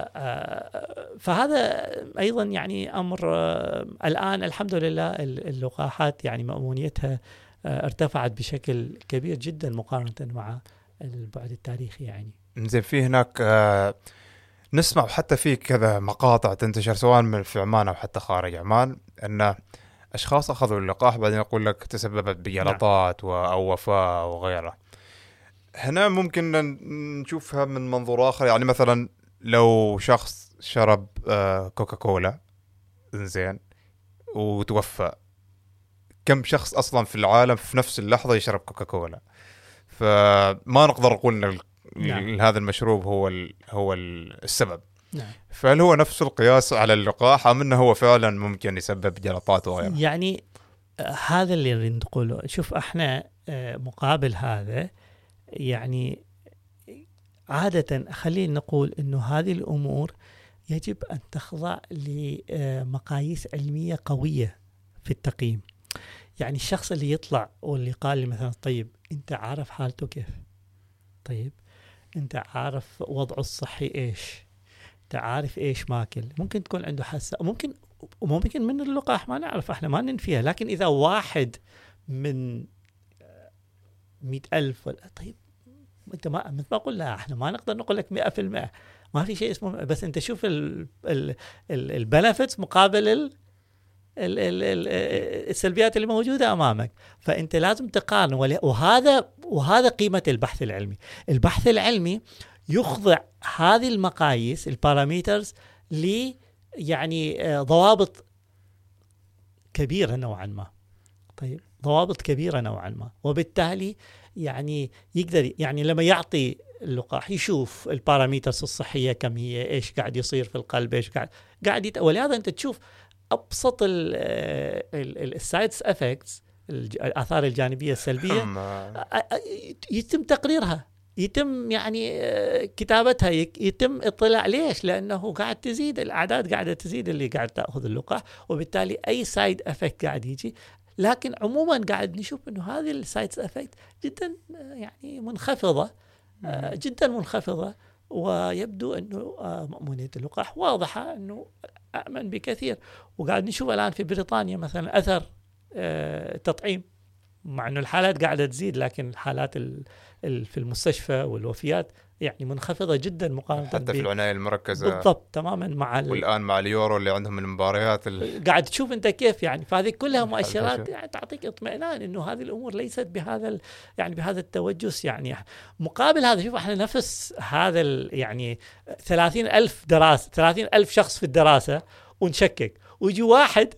فهذا أيضا يعني أمر الآن الحمد لله اللقاحات يعني مأمونيتها ارتفعت بشكل كبير جدا مقارنة مع البعد التاريخي يعني. إنزين في هناك آه نسمع حتى في كذا مقاطع تنتشر سواء من في عمان أو حتى خارج عمان أن أشخاص أخذوا اللقاح بعدين يقول لك تسببت بجلطات نعم. أو وفاة وغيره. هنا ممكن نشوفها من منظور آخر، يعني مثلا لو شخص شرب آه كوكاكولا إنزين وتوفى، كم شخص أصلا في العالم في نفس اللحظة يشرب كوكاكولا؟ فما نقدر نقول إن نعم. هذا المشروب هو ال هو السبب. نعم. فهل هو نفس القياس على اللقاح أم أنه هو فعلا ممكن يسبب جلطات وغيرها؟ يعني آه هذا اللي نقوله. شوف احنا آه مقابل هذا يعني عادة خلينا نقول إنه هذه الأمور يجب أن تخضع لمقاييس علمية قوية في التقييم. يعني الشخص اللي يطلع واللي قال لي مثلا طيب أنت عارف حالته كيف؟ طيب أنت عارف وضعه الصحي إيش؟ أنت عارف إيش ماكل؟ ممكن تكون عنده حساسية، ممكن وممكن من اللقاح ما نعرف، إحنا ما ننفيها. لكن إذا واحد من مئة ألف طيب انت ما مثل ما قلنا احنا ما نقدر نقول لك مئة بالمئة، ما في شيء اسمه، بس انت شوف البنفيتس مقابل ال ال ال ال السلبيات اللي موجوده امامك. فانت لازم تقارن، وهذا وهذا قيمه البحث العلمي. البحث العلمي يخضع هذه المقاييس الباراميترز ل يعني ضوابط كبيره نوعا ما. طيب ضوابط كبيره نوعا ما، وبالتالي يعني يقدر يعني لما يعطي اللقاح يشوف الباراميترز الصحيه كم هي، ايش قاعد يصير في القلب، ايش قاعد قاعد يت... ولهذا انت تشوف ابسط السايدز افكتس، الاثار الجانبيه السلبيه يتم تقريرها، يتم يعني كتابتها، يتم اطلاع. ليش؟ لانه قاعد تزيد الاعداد، قاعده تزيد اللي قاعد تاخذ اللقاح، وبالتالي اي سايد افكت قاعد يجي. لكن عموما قاعد نشوف انه هذه السايدز افكت جدا يعني منخفضه، جدا منخفضه، ويبدو انه مأمونية اللقاح واضحه انه امن بكثير. وقاعد نشوف الان في بريطانيا مثلا اثر التطعيم، مع انه الحالات قاعده تزيد لكن الحالات في المستشفى والوفيات يعني منخفضه جدا مقارنه حتى في العنايه المركزه. بالضبط تماما. مع والان مع اليورو اللي عندهم المباريات ال... قاعد تشوف انت كيف يعني. فهذه كلها مؤشرات يعني تعطيك اطمئنان انه هذه الامور ليست بهذا ال... يعني بهذا التوجس. يعني مقابل هذا شوف احنا نفس هذا ال... يعني ثلاثين ألف دراسه، ثلاثين ألف شخص في الدراسه ونشكك، ويجي واحد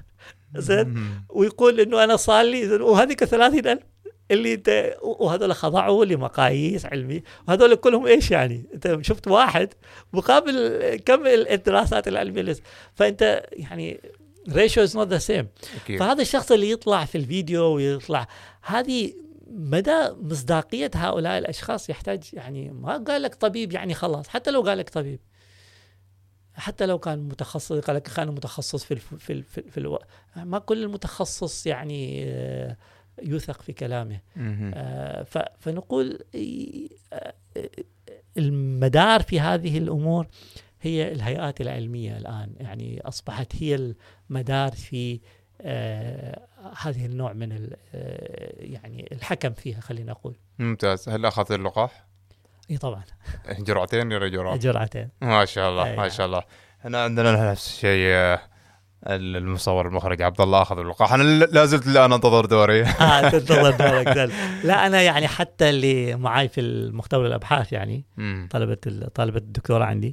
زين ويقول انه انا صار لي، وهذيك ثلاثين ألف اللي انت وهذول خضعوا لمقاييس علميه، وهذول كلهم ايش يعني؟ انت شفت واحد مقابل كم الدراسات العلميه اللي... فانت يعني ratio is not the same. فهذا الشخص اللي يطلع في الفيديو ويطلع، هذه مدى مصداقيه هؤلاء الاشخاص يحتاج يعني، ما قال لك طبيب يعني خلاص، حتى لو قال لك طبيب، حتى لو كان متخصص قال لك كان متخصص في الف... في الف... في الو... ما كل المتخصص يعني يوثق في كلامه. آه ف... فنقول آه المدار في هذه الأمور هي الهيئات العلمية الآن، يعني أصبحت هي المدار في آه هذه النوع من ال... آه يعني الحكم فيها، خلينا نقول. ممتاز. هل أخذت اللقاح؟ اي طبعا. جرعتين ولا جرعة؟ جرعتين. ما شاء الله ما شاء الله. هنا عندنا نفس الشيء، المصور المخرج عبد الله اخذ اللقاح، انا لا زلت الان انتظر دوري. اه تنتظر دورك. لا انا يعني حتى اللي معي في المختبر الابحاث يعني طلبه طالبه الدكتوراه عندي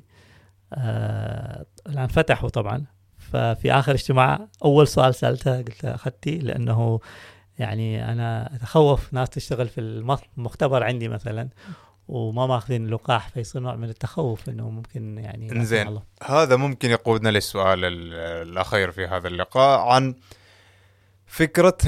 آه الان فتحوا طبعا. ففي اخر اجتماع اول سؤال سالته قلت اخذتي، لانه يعني انا اتخوف ناس تشتغل في المختبر عندي مثلا وما ماخذين اللقاح، فيصير نوع من التخوف انه ممكن يعني. انزين هذا ممكن يقودنا للسؤال الاخير في هذا اللقاء عن فكرة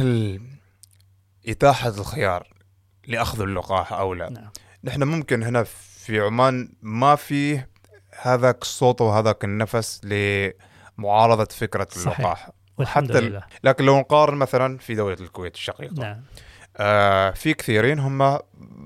إتاحة الخيار لأخذ اللقاح أو لا. نعم. نحن ممكن هنا في عمان ما في هذاك الصوت وهذاك النفس لمعارضة فكرة صحيح. اللقاح والحمد حتى لله. لكن لو نقارن مثلا في دولة الكويت الشقيقة، نعم. آه في كثيرين هم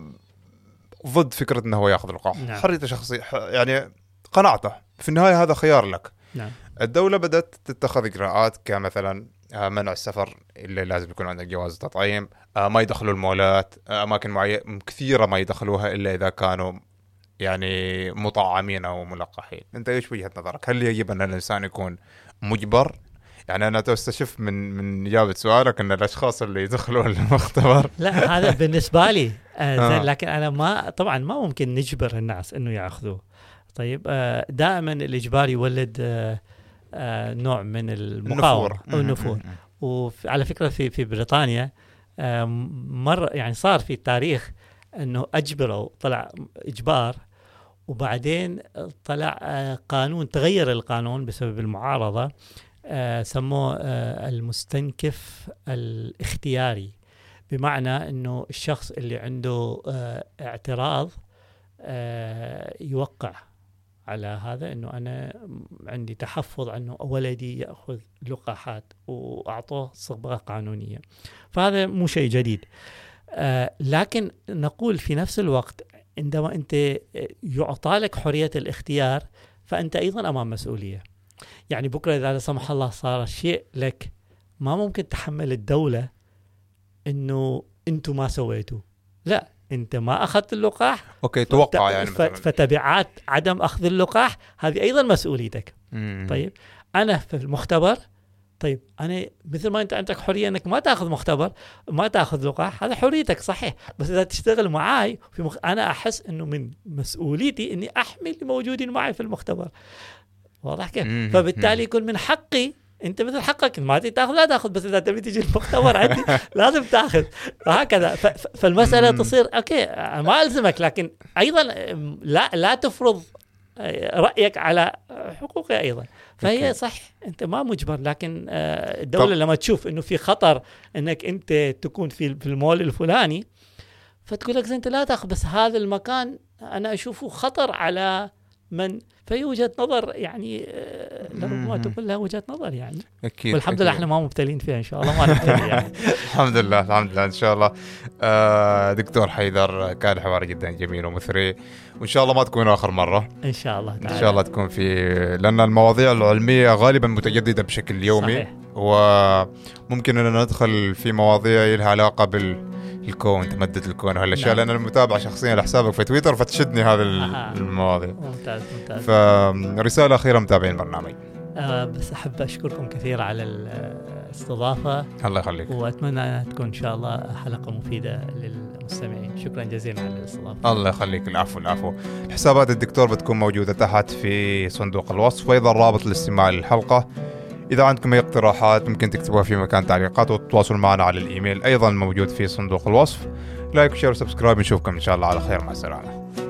ضد فكرة أنه هو يأخذ اللقاح. نعم. حريته شخصية يعني قناعته في النهاية هذا خيار لك. نعم. الدولة بدأت تتخذ إجراءات كمثلا منع السفر اللي لازم يكون عندك جواز تطعيم، ما يدخلوا المولات، أماكن معينة كثيرة ما يدخلوها إلا إذا كانوا يعني مطعمين أو ملقحين. أنت إيش وجهة نظرك؟ هل يجب أن الإنسان يكون مجبر؟ يعني أنا تستشف من من إجابة سؤالك أن الأشخاص اللي يدخلوا المختبر لا هذا بالنسبة لي آه آه. لكن أنا ما طبعا ما ممكن نجبر الناس إنه يأخذوه. طيب آه دائما الإجبار يولد آه آه نوع من المقاومة أو النفور. وعلى فكرة في في بريطانيا آه مرة يعني صار في التاريخ إنه أجبروا، طلع إجبار وبعدين طلع آه قانون، تغير القانون بسبب المعارضة، آه سموه آه المستنكف الاختياري، بمعنى انه الشخص اللي عنده آه اعتراض آه يوقع على هذا، انه انا عندي تحفظ انه ولدي ياخذ لقاحات، واعطوه صبغه قانونيه. فهذا مو شيء جديد. آه لكن نقول في نفس الوقت عندما انت يعطى لك حريه الاختيار فانت ايضا امام مسؤوليه. يعني بكرة إذا لا سمح الله صار شيء لك، ما ممكن تحمل الدولة إنه أنتوا ما سويتوا. لا، أنت ما أخذت اللقاح. أوكي توقع يعني ف... فتبعات عدم أخذ اللقاح هذه أيضا مسؤوليتك. مم. طيب أنا في المختبر، طيب أنا مثل ما أنت عندك حرية أنك ما تأخذ مختبر، ما تأخذ لقاح، هذا حريتك صحيح. بس إذا تشتغل معاي في مخ... أنا أحس إنه من مسؤوليتي إني أحمي اللي موجودين معي في المختبر. واضح كيف؟ فبالتالي يكون من حقي، انت مثل حقك ما تاخذ لا تاخذ، بس اذا تبي تجي المختبر عندي لازم تاخذ، وهكذا. فالمساله تصير اوكي ما الزمك، لكن ايضا لا لا تفرض رايك على حقوقي ايضا. فهي صح انت ما مجبر، لكن الدوله لما تشوف انه في خطر انك انت تكون في في المول الفلاني، فتقول لك انت لا تاخذ، بس هذا المكان انا اشوفه خطر على من، في وجهة نظر يعني لربما تقول لها وجهة نظر يعني. أكيد. والحمد لله احنا ما مبتلين فيها ان شاء الله، ما نبتلي يعني. الحمد لله الحمد لله ان شاء الله. آه دكتور حيدر، كان حوار جدا جميل ومثري، وان شاء الله ما تكون اخر مرة ان شاء الله تعالى. ان شاء الله تكون في، لان المواضيع العلمية غالبا متجددة بشكل يومي. صحيح. وممكن ان ندخل في مواضيع لها علاقة بال الكون، تمدد الكون وهالاشياء، لان انا المتابعه شخصيا لحسابك في تويتر فتشدني هذه آه. المواضيع. ممتاز ممتاز. فرساله اخيره متابعين البرنامج. آه بس احب اشكركم كثير على الاستضافه. الله يخليك. واتمنى ان تكون ان شاء الله حلقه مفيده للمستمعين. شكرا جزيلا على الاستضافه. الله يخليك. العفو العفو. حسابات الدكتور بتكون موجوده تحت في صندوق الوصف، وايضا رابط للاستماع للحلقه. إذا عندكم أي اقتراحات ممكن تكتبوها في مكان تعليقات، وتتواصلوا معنا على الإيميل أيضا موجود في صندوق الوصف. لايك وشير وسبسكرايب، نشوفكم إن شاء الله على خير، مع السلامة.